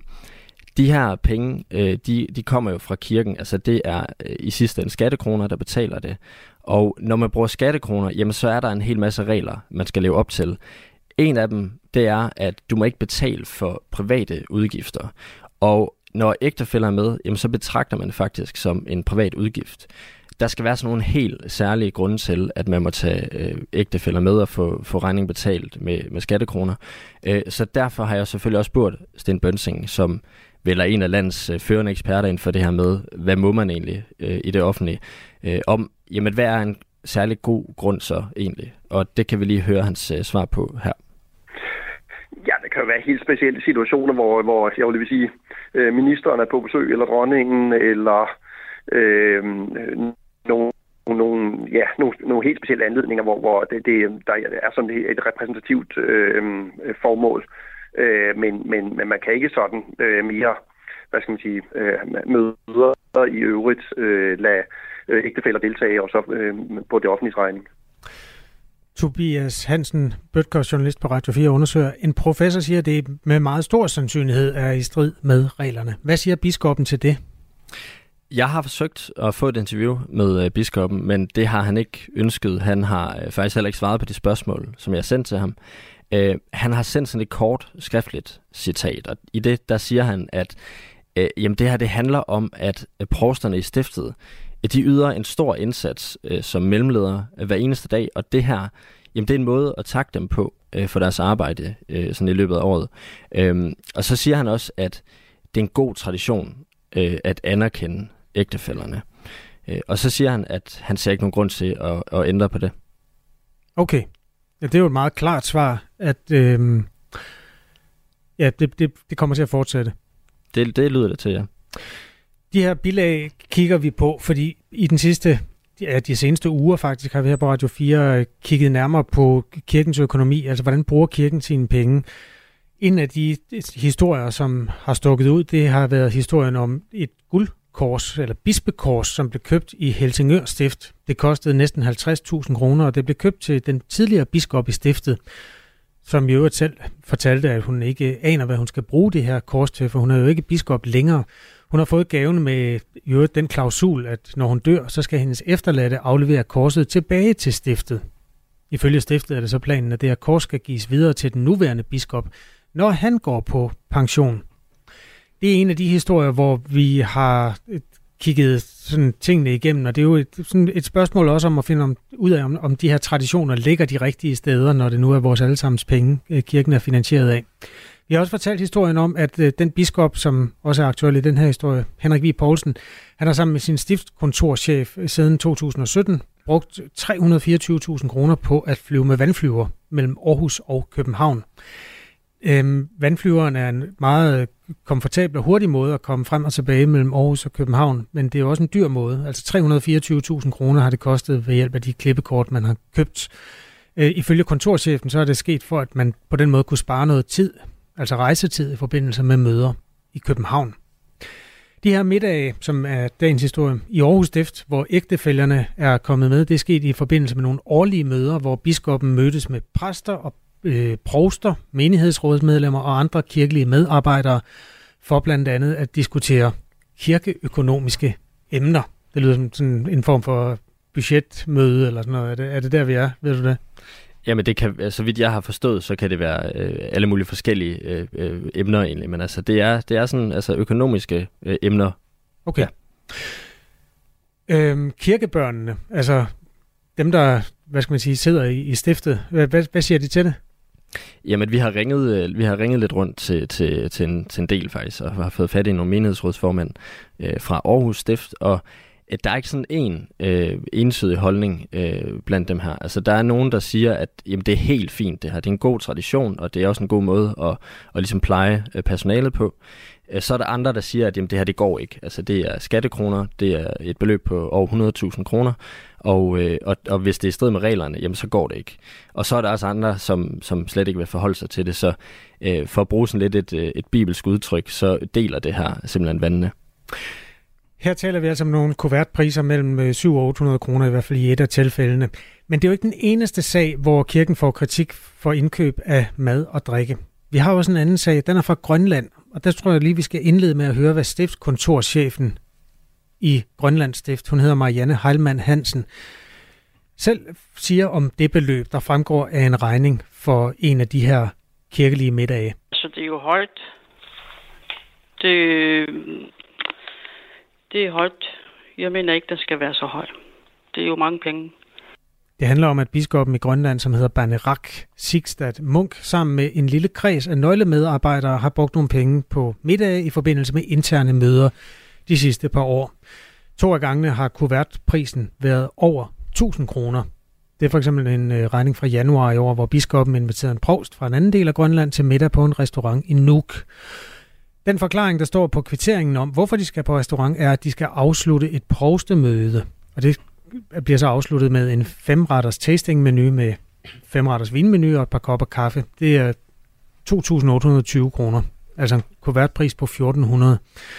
de her penge, øh, de, de kommer jo fra kirken, altså det er øh, i sidste ende skattekroner, der betaler det. Og når man bruger skattekroner, jamen så er der en hel masse regler, man skal leve op til. En af dem, det er, at du må ikke betale for private udgifter. Og når ægtefæller er med, jamen, så betragter man det faktisk som en privat udgift. Der skal være sådan nogle helt særlige grunde til, at man må tage øh, ægtefæller med og få, få regning betalt med, med skattekroner. Øh, så derfor har jeg selvfølgelig også spurgt Sten Bønting, som vel er en af landets øh, førende eksperter inden for det her med, hvad må man egentlig øh, i det offentlige, øh, om, jamen hvad er en særlig god grund så egentlig? Og det kan vi lige høre hans øh, svar på her. Ja, det kan jo være helt specielle situationer, hvor, hvor jeg vil sige, øh, ministeren er på besøg, eller dronningen, eller øh, nogle, nogle, ja, nogle, nogle helt specielle anledninger, hvor, hvor det, det, der er sådan et repræsentativt øh, formål. Øh, men, men, men man kan ikke sådan øh, mere, hvad skal man sige, øh, møder i øvrigt øh, lade øh, ægtefæller deltage, og så øh, på det offentlige regning. Tobias Hansen, Bødker, journalist på Radio fire, undersøger. En professor siger, at det med meget stor sandsynlighed er i strid med reglerne. Hvad siger biskoppen til det? Jeg har forsøgt at få et interview med biskoppen, men det har han ikke ønsket. Han har faktisk heller ikke svaret på de spørgsmål, som jeg har sendt til ham. Uh, han har sendt sådan et kort skriftligt citat, og i det der siger han, at uh, jamen det her det handler om, at uh, provsterne i stiftet, de yder en stor indsats uh, som mellemledere uh, hver eneste dag, og det her, jamen det er en måde at takke dem på uh, for deres arbejde uh, sådan i løbet af året. Uh, og så siger han også, at det er en god tradition uh, at anerkende ægtefællerne. Uh, og så siger han, at han ser ikke nogen grund til at, at ændre på det. Okay. Ja, det er jo et meget klart svar, at øh, ja, det, det, det kommer til at fortsætte. Det, det lyder det til, ja. De her bilag kigger vi på, fordi i den sidste, ja, de seneste uger faktisk, har vi her på Radio fire kigget nærmere på kirkens økonomi, altså hvordan bruger kirken sine penge. En af de historier, som har stukket ud, det har været historien om et guldkors, eller bispekors, som blev købt i Helsingør Stift. Det kostede næsten halvtreds tusind kroner, og det blev købt til den tidligere biskop i stiftet, som i øvrigt selv fortalte, at hun ikke aner, hvad hun skal bruge det her kors til, for hun er jo ikke biskop længere. Hun har fået gaven med i øvrigt den klausul, at når hun dør, så skal hendes efterladte aflevere korset tilbage til stiftet. Ifølge stiftet er det så planen, at det her kors skal gives videre til den nuværende biskop, når han går på pension. Det er en af de historier, hvor vi har kigget sådan tingene igennem, og det er jo et, sådan et spørgsmål også om at finde om, ud af, om, om de her traditioner ligger de rigtige steder, når det nu er vores allesammens penge, kirken er finansieret af. Vi har også fortalt historien om, at øh, den biskop, som også er aktuel i den her historie, Henrik Vig Poulsen, han har sammen med sin stiftskontorchef siden to tusind og sytten brugt tre hundrede og fireogtyve tusind kroner på at flyve med vandflyver mellem Aarhus og København. Øhm, vandflyveren er en meget komfortabel og hurtig måde at komme frem og tilbage mellem Aarhus og København, men det er også en dyr måde. Altså tre hundrede og fireogtyve tusind kroner har det kostet ved hjælp af de klippekort, man har købt. Øh, ifølge kontorchefen så er det sket for, at man på den måde kunne spare noget tid, altså rejsetid i forbindelse med møder i København. De her middage, som er dagens historie i Aarhus Stift, hvor ægtefællerne er kommet med, det er sket i forbindelse med nogle årlige møder, hvor biskoppen mødtes med præster og øh, provster, menighedsrådsmedlemmer og andre kirkelige medarbejdere for blandt andet at diskutere kirkeøkonomiske emner. Det lyder som sådan en form for budgetmøde eller sådan noget. Er det, er det der, vi er? Ved du det? Jamen, det kan, så vidt jeg har forstået, så kan det være øh, alle mulige forskellige øh, øh, emner egentlig, men altså det er det er sådan altså økonomiske øh, emner. Okay. Ja. Øhm, kirkebørnene, altså dem der, hvad skal man sige, sidder i, i stiftet. Hvad, hvad, hvad siger de til det? Jamen, vi har ringet øh, vi har ringet lidt rundt til til til en, til en del faktisk, og har fået fat i nogle menighedsrådsformænd øh, fra Aarhus Stift, og der er ikke sådan en øh, ensidig holdning øh, blandt dem her. Altså, der er nogen, der siger, at jamen, det er helt fint det her. Det er en god tradition, og det er også en god måde at, at ligesom pleje øh, personalet på. Øh, så er der andre, der siger, at jamen, det her det går ikke. Altså, det er skattekroner, det er et beløb på over hundrede tusind kroner, og, øh, og, og hvis det er i strid med reglerne, jamen, så går det ikke. Og så er der også andre, som, som slet ikke vil forholde sig til det. Så øh, for at bruge sådan lidt et, et bibelsk udtryk, så deler det her simpelthen vandene. Her taler vi altså om nogle kuvertpriser mellem syv og otte hundrede kroner, i hvert fald i et af tilfældene. Men det er jo ikke den eneste sag, hvor kirken får kritik for indkøb af mad og drikke. Vi har også en anden sag, den er fra Grønland, og der tror jeg lige, vi skal indlede med at høre, hvad stiftskontorchefen i Grønlands Stift, hun hedder Marianne Heilmann Hansen, selv siger om det beløb, der fremgår af en regning for en af de her kirkelige middage. Så det er jo højt. Det... Det er højt. Jeg mener ikke, der skal være så højt. Det er jo mange penge. Det handler om, at biskoppen i Grønland, som hedder Banerak Sigstad Munk, sammen med en lille kreds af nøglemedarbejdere, har brugt nogle penge på middag i forbindelse med interne møder de sidste par år. To af gangene har kuvertprisen været over tusind kroner. Det er for eksempel en regning fra januar i år, hvor biskoppen inviterede en provst fra en anden del af Grønland til middag på en restaurant i Nuuk. Den forklaring, der står på kvitteringen om, hvorfor de skal på restaurant, er, at de skal afslutte et provstemøde. Og det bliver så afsluttet med en femretters tastingmenu med femretters vinmenu og et par kopper kaffe. Det er to tusind otte hundrede og tyve kroner. Altså en kuvertpris på fjorten hundrede.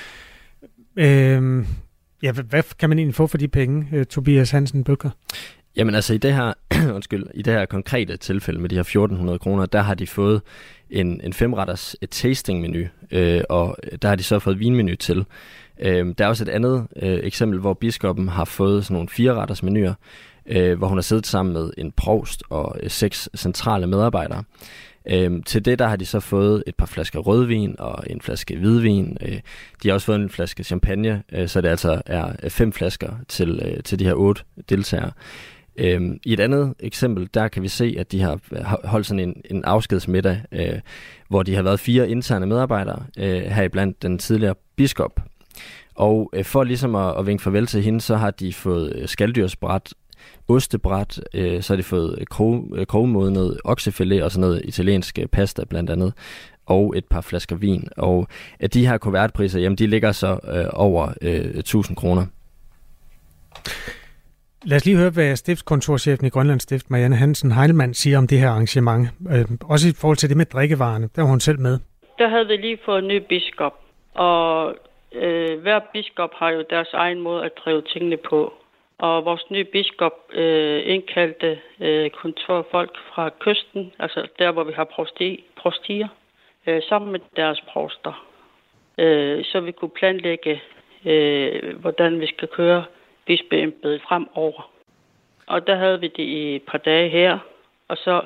Øhm, ja, hvad kan man egentlig få for de penge, Tobias Hansen Bødker? Jamen altså i det her, undskyld, i det her konkrete tilfælde med de her fjorten hundrede kroner, der har de fået en, en femretters et tastingmenu, øh, og der har de så fået vinmenu til. Øh, der er også et andet øh, eksempel, hvor biskoppen har fået sådan nogle fireretters menuer, øh, hvor hun har siddet sammen med en provst og øh, seks centrale medarbejdere. Øh, til det der har de så fået et par flasker rødvin og en flaske hvidvin. Øh, de har også fået en flaske champagne, øh, så det altså er fem flasker til, øh, til de her otte deltagere. Øhm, I et andet eksempel, der kan vi se, at de har holdt sådan en, en afskedsmiddag, øh, hvor de har været fire interne medarbejdere, øh, heriblandt den tidligere biskop. Og øh, for ligesom at, at vinke farvel til hende, så har de fået skalddyrsbræt, ostebræt, øh, så har de fået krog, krogmodnet oksefilet og sådan noget italiensk pasta blandt andet, og et par flasker vin. Og øh, de her kuvertpriser, jamen de ligger så øh, over øh, tusind kroner. Lad os lige høre, hvad stiftskontorchefen i Grønlands Stift, Marianne Hansen Heilmann, siger om det her arrangement. Øh, også i forhold til det med drikkevarerne. Der var hun selv med. Der havde vi lige fået en ny biskop. Og øh, hver biskop har jo deres egen måde at drive tingene på. Og vores nye biskop øh, indkaldte øh, kontorfolk fra kysten, altså der, hvor vi har prosti, prostier, øh, sammen med deres provster. Øh, så vi kunne planlægge, øh, hvordan vi skal køre bispeembedet fremover. Og der havde vi det i et par dage her, og så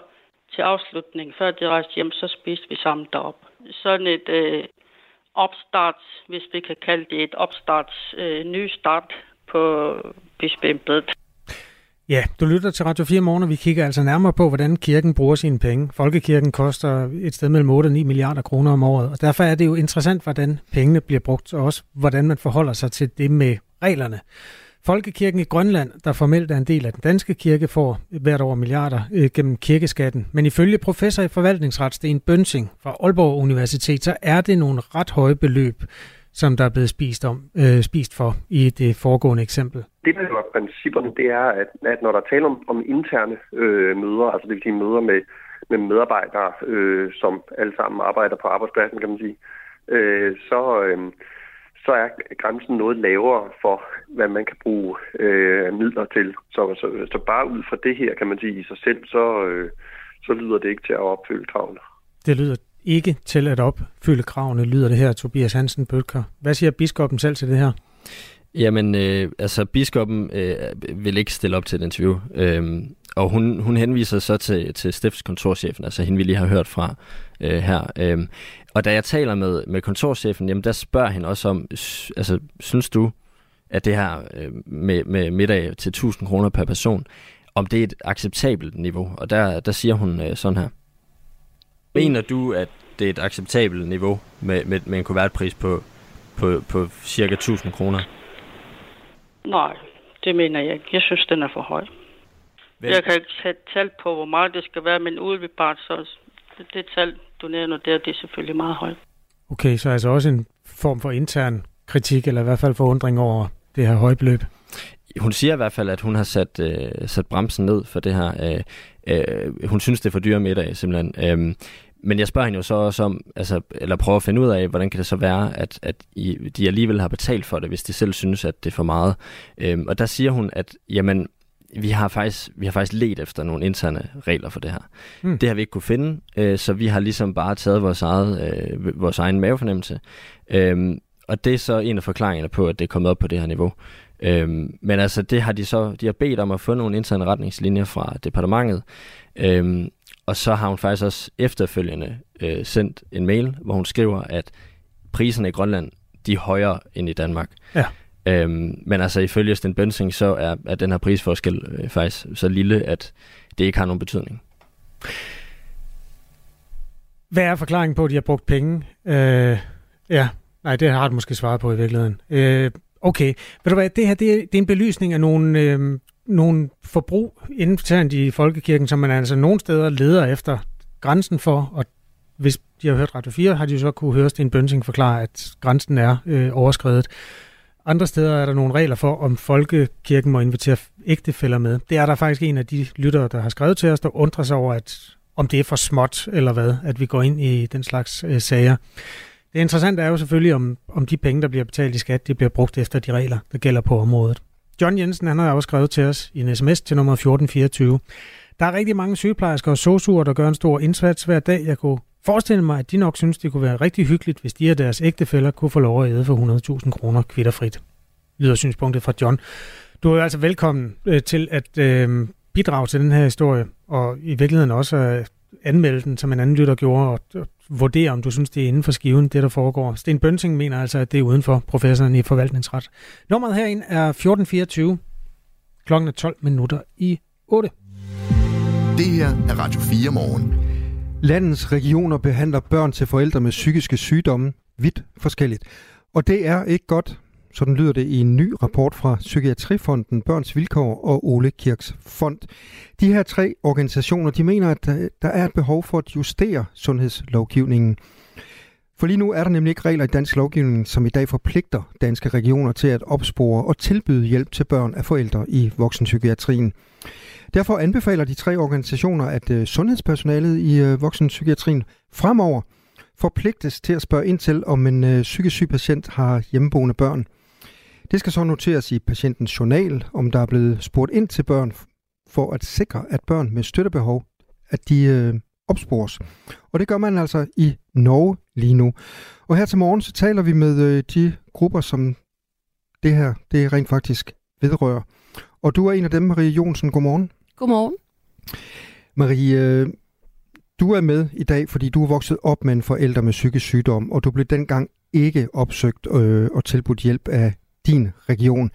til afslutning. Før de rejste hjem, så spiste vi sammen derop. Sådan et øh, opstart, hvis vi kan kalde det et opstart, øh, ny start på bispeembedet. Ja, du lytter til Radio fire Morgen, og vi kigger altså nærmere på, hvordan kirken bruger sine penge. Folkekirken koster et sted mellem otte og ni milliarder kroner om året, og derfor er det jo interessant, hvordan pengene bliver brugt, og også hvordan man forholder sig til det med reglerne. Folkekirken i Grønland, der formelt er en del af den danske kirke, får hvert år milliarder øh, gennem kirkeskatten. Men ifølge professor i forvaltningsret, Sten Bønsing fra Aalborg Universitet, så er det nogle ret høje beløb, som der er blevet spist, om, øh, spist for i det foregående eksempel. Det, der er principperne, det er, at, at når der taler om, om interne øh, møder, altså det vil sige møder med, med medarbejdere, øh, som alle sammen arbejder på arbejdspladsen, kan man sige, øh, så, øh, så er grænsen noget lavere for, hvad man kan bruge øh, midler til. Så, så, så bare ud fra det her, kan man sige, i sig selv, så, øh, så lyder det ikke til at opfylde kravene. Det lyder ikke til at opfylde kravene, lyder det her, Tobias Hansen Bødker. Hvad siger biskoppen selv til det her? Jamen, øh, altså biskoppen øh, vil ikke stille op til et interview, øh, og hun, hun henviser så til, til stiftskontorchefen, altså hende vi lige har hørt fra øh, her. Øh, og da jeg taler med, med kontorchefen, jamen der spørger hende også om, altså synes du, at det her øh, med, med middag til tusind kroner per person, om det er et acceptabelt niveau? Og der, der siger hun øh, sådan her. Mener du, at det er et acceptabelt niveau med, med, med en kuvertpris på, på, på cirka tusind kroner? Nej, det mener jeg ikke. Jeg synes, den er for høj. Vel? Jeg kan ikke sætte tal på, hvor meget det skal være, men udebart, så det tal, du nævner der, det er selvfølgelig meget højt. Okay, så altså også en form for intern kritik, eller i hvert fald forundring over det her høje beløb? Hun siger i hvert fald, at hun har sat, øh, sat bremsen ned for det her. Øh, øh, hun synes, det er for dyre middag, simpelthen. Øh, men jeg spørger hende jo så også om, altså, eller prøver at finde ud af, hvordan kan det så være, at, at I, de alligevel har betalt for det, hvis de selv synes, at det er for meget. Øh, og der siger hun, at jamen, vi har faktisk, vi har faktisk let efter nogle interne regler for det her. Hmm. Det har vi ikke kunne finde, øh, så vi har ligesom bare taget vores, eget, øh, vores egen mavefornemmelse. Øh, og det er så en af forklaringerne på, at det er kommet op på det her niveau. Øhm, men altså det har de så de har bedt om at få nogle interne retningslinjer fra departementet, øhm, og så har hun faktisk også efterfølgende øh, sendt en mail, hvor hun skriver, at priserne i Grønland, de er højere end i Danmark. Ja. Øhm, men altså ifølge Sten Bønsing, så er, er den her prisforskel øh, faktisk så lille, at det ikke har nogen betydning. Hvad er forklaringen på, at de har brugt penge? Øh, ja, nej, det har du måske svaret på i virkeligheden. Øh, Okay, ved du hvad, det her det er, det er en belysning af nogle, øh, nogle forbrug internt i folkekirken, som man altså nogle steder leder efter grænsen for, og hvis de har hørt Radio fire, har de jo så kunne høre Sten Bønsing forklare, at grænsen er øh, overskredet. Andre steder er der nogle regler for, om folkekirken må invitere ægtefæller med. Det er der faktisk en af de lyttere, der har skrevet til os, der undrer sig over, at, om det er for småt eller hvad, at vi går ind i den slags øh, sager. Det interessante er jo selvfølgelig, om, om de penge, der bliver betalt i skat, de bliver brugt efter de regler, der gælder på området. John Jensen, han har også skrevet til os i en sms til nummer fjorten fireogtyve. Der er rigtig mange sygeplejersker og sosuer, der gør en stor indsats hver dag. Jeg kunne forestille mig, at de nok synes, det kunne være rigtig hyggeligt, hvis de og deres ægtefæller kunne få lov at æde for hundrede tusind kroner kvitterfrit. Lyder synspunktet fra John. Du er jo altså velkommen øh, til at øh, bidrage til den her historie, og i virkeligheden også øh, anmelde den, som en anden lytter gjorde, og øh, vurdere, om du synes, det er inden for skiven, det der foregår. Sten Bønsing mener altså, at det er uden for professoren i forvaltningsret. Nummeret herinde er fjorten fireogtyve. Klokken er tolv minutter i otte. Det her er Radio fire Morgen. Landets regioner behandler børn til forældre med psykiske sygdomme vidt forskelligt. Og det er ikke godt. Sådan lyder det i en ny rapport fra Psykiatrifonden, Børns Vilkår og Ole Kirks Fond. De her tre organisationer, de mener, at der er et behov for at justere sundhedslovgivningen. For lige nu er der nemlig ikke regler i dansk lovgivning, som i dag forpligter danske regioner til at opspore og tilbyde hjælp til børn af forældre i voksenpsykiatrien. Derfor anbefaler de tre organisationer, at sundhedspersonalet i voksenpsykiatrien fremover forpligtes til at spørge ind til, om en psykisk syg patient har hjemmeboende børn. Det skal så noteres i patientens journal, om der er blevet spurgt ind til børn, for at sikre, at børn med støttebehov, at de øh, opspores. Og det gør man altså i Norge lige nu. Og her til morgen, så taler vi med øh, de grupper, som det her, det rent faktisk vedrører. Og du er en af dem, Marie Jonsen. Godmorgen. Godmorgen. Marie, øh, Du er med i dag, fordi du er vokset op med en forælder med psykisk sygdom, og du blev dengang ikke opsøgt øh, og tilbudt hjælp af din region.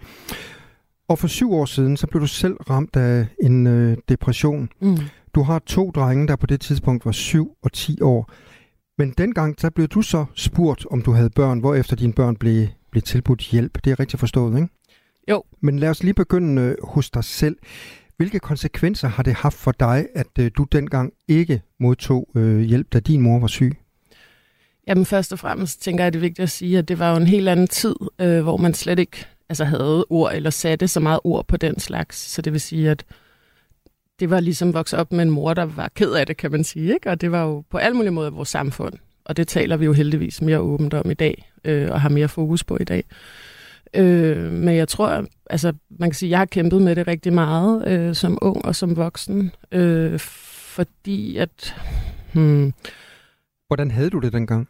Og for syv år siden, så blev du selv ramt af en øh, depression. Mm. Du har to drenge, der på det tidspunkt var syv og ti år. Men dengang, så blev du så spurgt, om du havde børn, hvorefter dine børn blev, blev tilbudt hjælp. Det er rigtigt forstået, ikke? Jo. Men lad os lige begynde øh, hos dig selv. Hvilke konsekvenser har det haft for dig, at øh, du dengang ikke modtog øh, hjælp, da din mor var syg? Jamen først og fremmest tænker jeg, det er vigtigt at sige, at det var jo en helt anden tid, øh, hvor man slet ikke altså, havde ord eller satte så meget ord på den slags. Så det vil sige, at det var ligesom vokset op med en mor, der var ked af det, kan man sige. Ikke? Og det var jo på alle mulige måder vores samfund. Og det taler vi jo heldigvis mere åbent om i dag, øh, og har mere fokus på i dag. Øh, men jeg tror, altså man kan sige, at jeg har kæmpet med det rigtig meget øh, som ung og som voksen, øh, fordi at... Hmm, Hvordan havde du det dengang?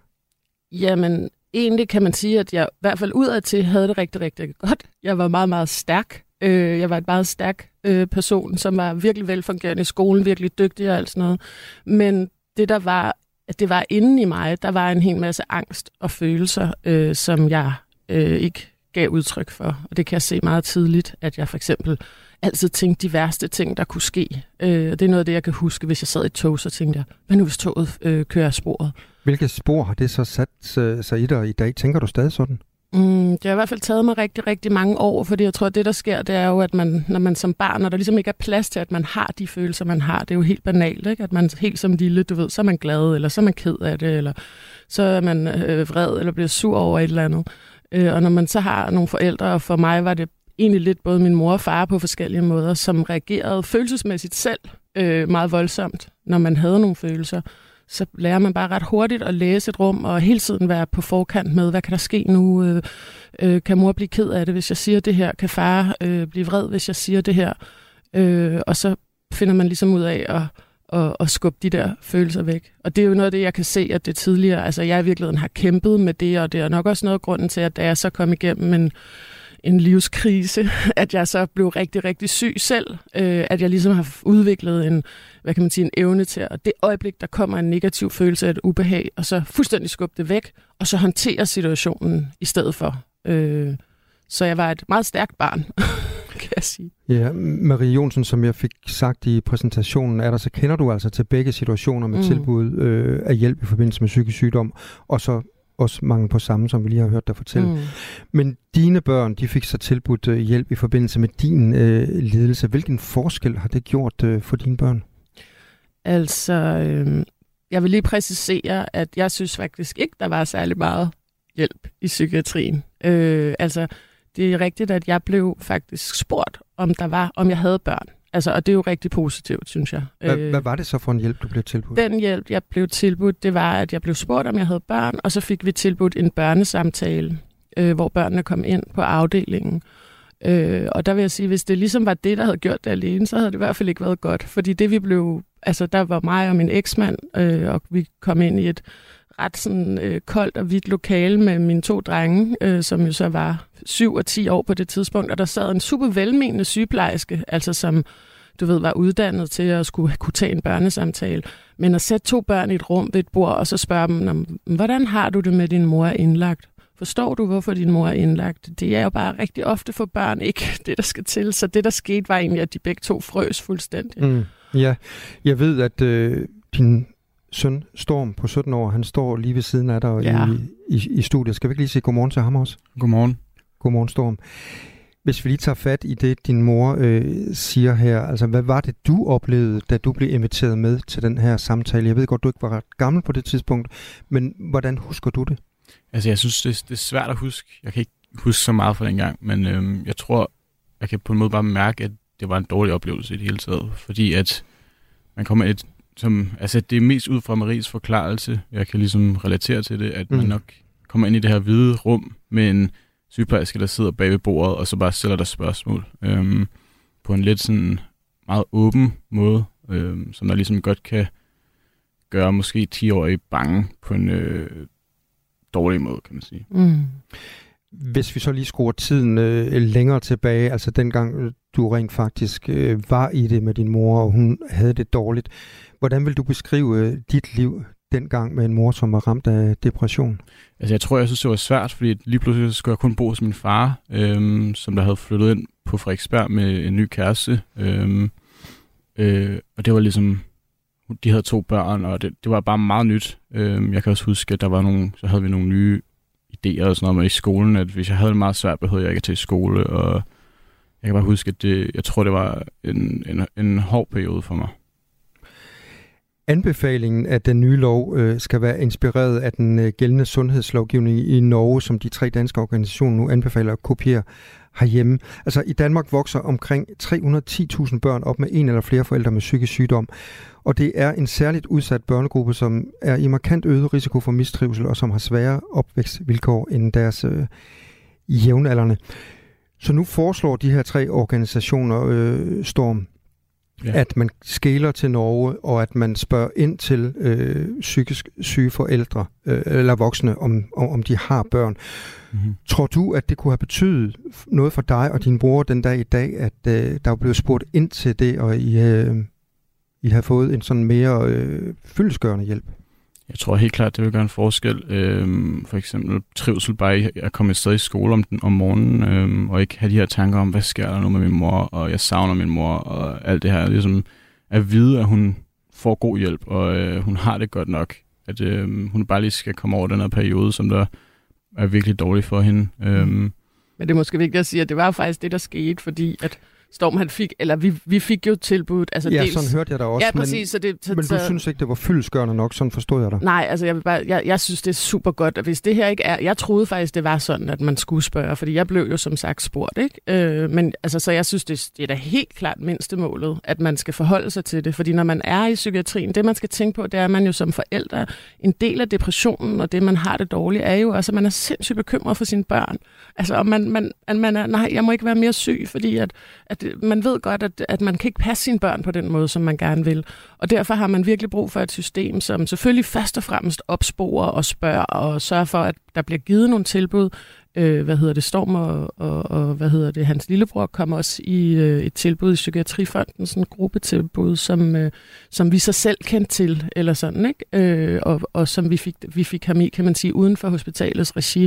Jamen, egentlig kan man sige, at jeg i hvert fald udadtil havde det rigtig, rigtig godt. Jeg var meget, meget stærk. Øh, jeg var et meget stærk øh, person, som var virkelig velfungerende i skolen, virkelig dygtig og alt sådan noget. Men det, der var, at det var inde i mig, der var en hel masse angst og følelser, øh, som jeg øh, ikke gav udtryk for. Og det kan jeg se meget tidligt, at jeg for eksempel altid tænkte de værste ting, der kunne ske. Øh, det er noget af det, jeg kan huske, hvis jeg sad i et tog, så tænkte jeg, hvad nu hvis toget øh, kører af sporet? Hvilke spor har det så sat øh, sig i dig i dag? Tænker du stadig sådan? Mm, det har i hvert fald taget mig rigtig, rigtig mange år, fordi jeg tror, at det, der sker, det er jo, at man, når man som barn, når der ligesom ikke er plads til, at man har de følelser, man har, det er jo helt banalt, ikke? At man helt som lille, du ved, så er man glad, eller så er man ked af det, eller så er man øh, vred, eller bliver sur over et eller andet. Øh, og når man så har nogle forældre, og for mig var det egentlig lidt både min mor og far på forskellige måder, som reagerede følelsesmæssigt selv øh, meget voldsomt, når man havde nogle følelser, så lærer man bare ret hurtigt at læse et rum, og hele tiden være på forkant med, hvad kan der ske nu? Øh, øh, kan mor blive ked af det, hvis jeg siger det her? Kan far øh, blive vred, hvis jeg siger det her? Øh, og så finder man ligesom ud af at, at, at skubbe de der følelser væk. Og det er jo noget af det, jeg kan se, at det tidligere, altså jeg i virkeligheden har kæmpet med det, og det er nok også noget af grunden til, at da jeg så kom igennem en en livskrise, at jeg så blev rigtig, rigtig syg selv, øh, at jeg ligesom har udviklet en, hvad kan man sige, en evne til, at det øjeblik, der kommer en negativ følelse af et ubehag, og så fuldstændig skubbe det væk, og så håndtere situationen i stedet for. Øh, så jeg var et meget stærkt barn, kan jeg sige. Ja, Marie Jonsen, som jeg fik sagt i præsentationen, er der, så kender du altså til begge situationer med mm. tilbud øh, af hjælp i forbindelse med psykisk sygdom, og så også mange på samme, som vi lige har hørt dig fortælle. Mm. Men dine børn, de fik så tilbudt øh, hjælp i forbindelse med din øh, lidelse. Hvilken forskel har det gjort øh, for dine børn? Altså, øh, jeg vil lige præcisere, at jeg synes faktisk ikke, der var særlig meget hjælp i psykiatrien. Øh, altså, det er rigtigt, at jeg blev faktisk spurgt, om der var, om jeg havde børn. Altså, og det er jo rigtig positivt, synes jeg. Hvad, hvad var det så for en hjælp, du blev tilbudt? Den hjælp, jeg blev tilbudt, det var, at jeg blev spurgt, om jeg havde børn, og så fik vi tilbudt en børnesamtale, øh, hvor børnene kom ind på afdelingen. Øh, og der vil jeg sige, hvis det ligesom var det, der havde gjort det alene, så havde det i hvert fald ikke været godt. Fordi det vi blev, altså der var mig og min eksmand, øh, og vi kom ind i et ret sådan øh, koldt og hvidt lokale med mine to drenge, øh, som jo så var syv og ti år på det tidspunkt, og der sad en super velmenende sygeplejerske, altså som du ved, var uddannet til at skulle kunne tage en børnesamtale. Men at sætte to børn i et rum ved et bord, og så spørge dem, hvordan har du det med, din mor er indlagt? Forstår du, hvorfor din mor er indlagt? Det er jo bare rigtig ofte for børn ikke det, der skal til. Så det, der skete, var egentlig, at de begge to frøs fuldstændig. Mm, ja, jeg ved, at øh, din søn Storm på sytten år, han står lige ved siden af dig ja. i, i, i studiet. Skal vi ikke lige sige godmorgen til ham også? Godmorgen. Godmorgen, Storm. Hvis vi lige tager fat i det, din mor øh, siger her, altså hvad var det, du oplevede, da du blev inviteret med til den her samtale? Jeg ved godt, du ikke var ret gammel på det tidspunkt, men hvordan husker du det? Altså, jeg synes, det, det er svært at huske. Jeg kan ikke huske så meget fra den gang, men øhm, jeg tror, jeg kan på en måde bare mærke, at det var en dårlig oplevelse i det hele taget, fordi at man kommer et, som, altså det er mest ud fra Maries forklarelse, jeg kan ligesom relatere til det, at mm. man nok kommer ind i det her hvide rum med en sygeplejerske, der sidder bag ved bordet, og så bare stiller der spørgsmål øhm, på en lidt sådan meget åben måde, øhm, som der ligesom godt kan gøre måske ti-årige bange på en øh, dårlig måde, kan man sige. Mm. hvis vi så lige skruer tiden øh, længere tilbage, altså dengang du rent faktisk øh, var i det med din mor, og hun havde det dårligt. Hvordan vil du beskrive øh, dit liv dengang med en mor, som var ramt af depression? Altså jeg tror, jeg synes, det var svært, fordi lige pludselig skulle jeg kun bo hos min far, øhm, som der havde flyttet ind på Frederiksberg med en ny kæreste. Øhm, øh, og det var ligesom, de havde to børn, og det, det var bare meget nyt. Øhm, jeg kan også huske, at der var nogle, så havde vi nogle nye idéer og sådan noget med i skolen, at hvis jeg havde det meget svært, behøvede jeg ikke at tage i skole, og jeg kan bare huske, at det, jeg tror, det var en, en, en hård periode for mig. Anbefalingen af den nye lov øh, skal være inspireret af den øh, gældende sundhedslovgivning i Norge, som de tre danske organisationer nu anbefaler at kopiere herhjemme. Altså i Danmark vokser omkring tre hundrede og ti tusind børn op med en eller flere forældre med psykisk sygdom. Og det er en særligt udsat børnegruppe, som er i markant øget risiko for mistrivsel og som har svære opvækstvilkår end deres øh, jævnaldrende. Så nu foreslår de her tre organisationer, øh, Storm, ja. At man skeler til Norge, og at man spørger ind til øh, psykisk syge forældre øh, eller voksne, om, om de har børn. Mm-hmm. Tror du, at det kunne have betydet noget for dig og din bror den dag i dag, at øh, der blev spurgt ind til det, og I, øh, I har fået en sådan mere øh, fyldestgørende hjælp? Jeg tror helt klart, det vil gøre en forskel. Øhm, for eksempel trivsel bare at komme et sted i skole om, den, om morgenen, øhm, og ikke have de her tanker om, hvad sker der nu med min mor, og jeg savner min mor, og alt det her. Ligesom at vide, at hun får god hjælp, og øh, hun har det godt nok. At øh, hun bare lige skal komme over den her periode, som der er virkelig dårlig for hende. Mm. Øhm. Men det er måske vigtigt at sige, at det var faktisk det, der skete, fordi at Storm, han fik, eller vi, vi fik jo tilbud. Altså ja, dels, sådan hørte jeg da også. Ja, præcis. Men, så det, så, men du så, synes ikke, det var fyldestgørende nok, sådan forstod jeg dig? Nej, altså jeg, vil bare, jeg, jeg synes, det er super godt, at hvis det her ikke er... Jeg troede faktisk, det var sådan, at man skulle spørge, fordi jeg blev jo som sagt spurgt, ikke? Øh, men altså, så jeg synes, det, det er da helt klart mindstemålet, at man skal forholde sig til det, fordi når man er i psykiatrien, det man skal tænke på, det er, at man jo som forældre, en del af depressionen, og det, man har det dårligt, er jo også, at man er sindssygt bekymret for sine børn. Altså, og man, man, at man er, nej, jeg må ikke være mere syg, fordi at, at man ved godt, At, at man kan ikke passe sine børn på den måde, som man gerne vil. Og derfor har man virkelig brug for et system, som selvfølgelig først og fremmest opsporer og spørger og sørger for, at der bliver givet nogle tilbud. Øh, hvad hedder det, Storm og, og, og hvad hedder det, hans lillebror kom også i øh, et tilbud i Psykiatrifonden, sådan en gruppetilbud, som, øh, som vi så selv kendte til, eller sådan, ikke? Øh, og, og som vi fik, vi fik ham i, kan man sige, uden for hospitalets regi.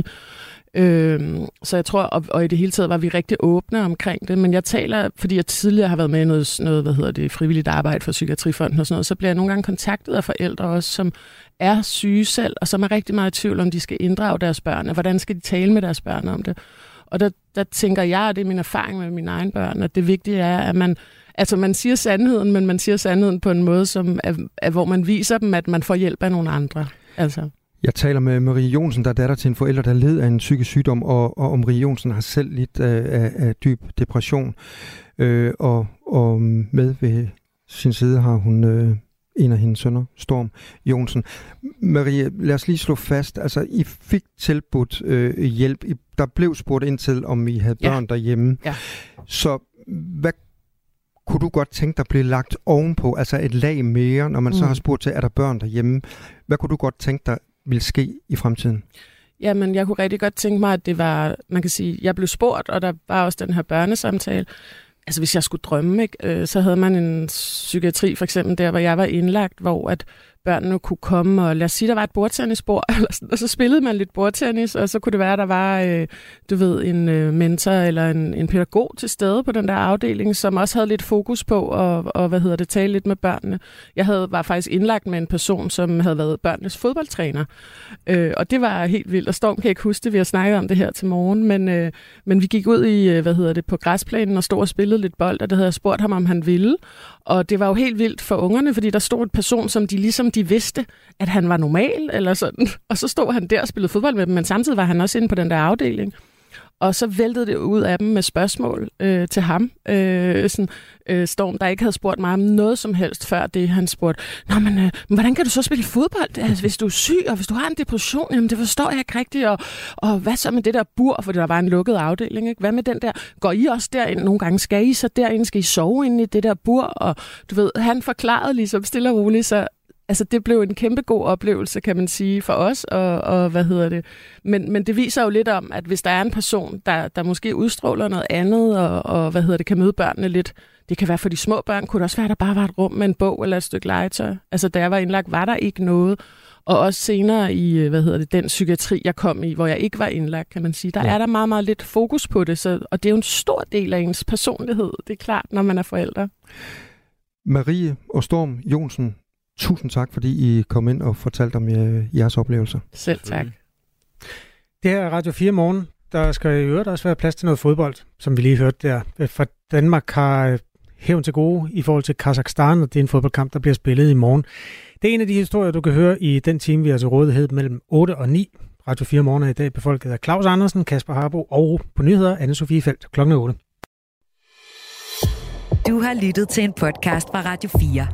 Øhm, så jeg tror, og, og i det hele taget var vi rigtig åbne omkring det, men jeg taler, fordi jeg tidligere har været med i noget, noget hvad hedder det, frivilligt arbejde for Psykiatrifonden og sådan noget, så bliver jeg nogle gange kontaktet af forældre også, som er syge selv, og som er rigtig meget i tvivl om, de skal inddrage deres børn, og hvordan skal de tale med deres børn om det. Og der, der tænker jeg, og det er min erfaring med mine egne børn, at det vigtige er, at man, altså man siger sandheden, men man siger sandheden på en måde, som er, er, hvor man viser dem, at man får hjælp af nogle andre. Altså. Jeg taler med Marie Jonsen, der er datter til en forælder, der led af en psykisk sygdom, og, og Marie Jonsen har selv lidt af, af, af dyb depression. Øh, og, og med ved sin side har hun øh, en af hendes sønner, Storm Jonsen. Marie, lad os lige slå fast, altså I fik tilbudt øh, hjælp. I, der blev spurgt ind til, om I havde børn ja. derhjemme. Ja. Så hvad kunne du godt tænke dig blev lagt ovenpå, altså et lag mere, når man mm. så har spurgt til, er der børn derhjemme? Hvad kunne du godt tænke dig vil ske i fremtiden? Jamen, jeg kunne rigtig godt tænke mig, at det var, man kan sige, jeg blev spurgt, og der var også den her børnesamtale. Altså, hvis jeg skulle drømme, ikke, øh, så havde man en psykiatri, for eksempel der, hvor jeg var indlagt, hvor at børnene kunne komme, og lad os sige, der var et bordtennisbord, og så spillede man lidt bordtennis, og så kunne det være, at der var, øh, du ved, en øh, mentor eller en, en pædagog til stede på den der afdeling, som også havde lidt fokus på, og, og hvad hedder det, tale lidt med børnene. Jeg havde, var faktisk indlagt med en person, som havde været børnenes fodboldtræner, øh, og det var helt vildt, og Storm kan ikke huske det, vi har snakket om det her til morgen, men, øh, men vi gik ud i, hvad hedder det, på græsplænen og stod og spillede lidt bold, og det havde jeg spurgt ham, om han ville, og det var jo helt vildt for ungerne, fordi der stod en person, som de ligesom de vidste, at han var normal, eller sådan. Og så stod han der og spillede fodbold med dem, men samtidig var han også inde på den der afdeling. Og så væltede det ud af dem med spørgsmål øh, til ham. Øh, sådan, øh, Storm, der ikke havde spurgt mig om noget som helst før det, han spurgte. Nå, men øh, hvordan kan du så spille fodbold, altså, hvis du er syg, og hvis du har en depression? Jamen, det forstår jeg ikke rigtigt. Og, og hvad så med det der bur, for der var en lukket afdeling, ikke? Hvad med den der? Går I også derind nogle gange? Skal I så derind? Skal I sove inde i det der bur? Og du ved, han forklarede ligesom stille og roligt, så altså det blev en kæmpe god oplevelse, kan man sige, for os, og, og hvad hedder det. Men, men det viser jo lidt om, at hvis der er en person, der, der måske udstråler noget andet, og, og hvad hedder det, kan møde børnene lidt. Det kan være for de små børn, kunne det også være, at der bare var et rum med en bog eller et stykke legetøj. Altså da jeg var indlagt, var der ikke noget. Og også senere i, hvad hedder det, den psykiatri, jeg kom i, hvor jeg ikke var indlagt, kan man sige, der ja. er der meget, meget lidt fokus på det. Så, og det er jo en stor del af ens personlighed, det er klart, når man er forældre. Marie og Storm Jonsen, tusind tak, fordi I kom ind og fortalte om jeres oplevelser. Selv tak. Det her er Radio fire Morgen. Der skal i øvrigt også være plads til noget fodbold, som vi lige hørte der. For Danmark har hævn til gode i forhold til Kazakhstan, og det er en fodboldkamp, der bliver spillet i morgen. Det er en af de historier, du kan høre i den time, vi har til rådighed mellem otte og ni. Radio fire Morgen er i dag befolket af Claus Andersen, Kasper Harbo og på nyheder Anne-Sophie Felt klokken otte. Du har lyttet til en podcast fra Radio fire.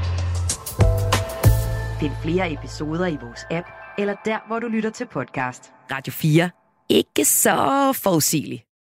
Find flere episoder i vores app, eller der, hvor du lytter til podcast. Radio fire. Ikke så forudsigeligt.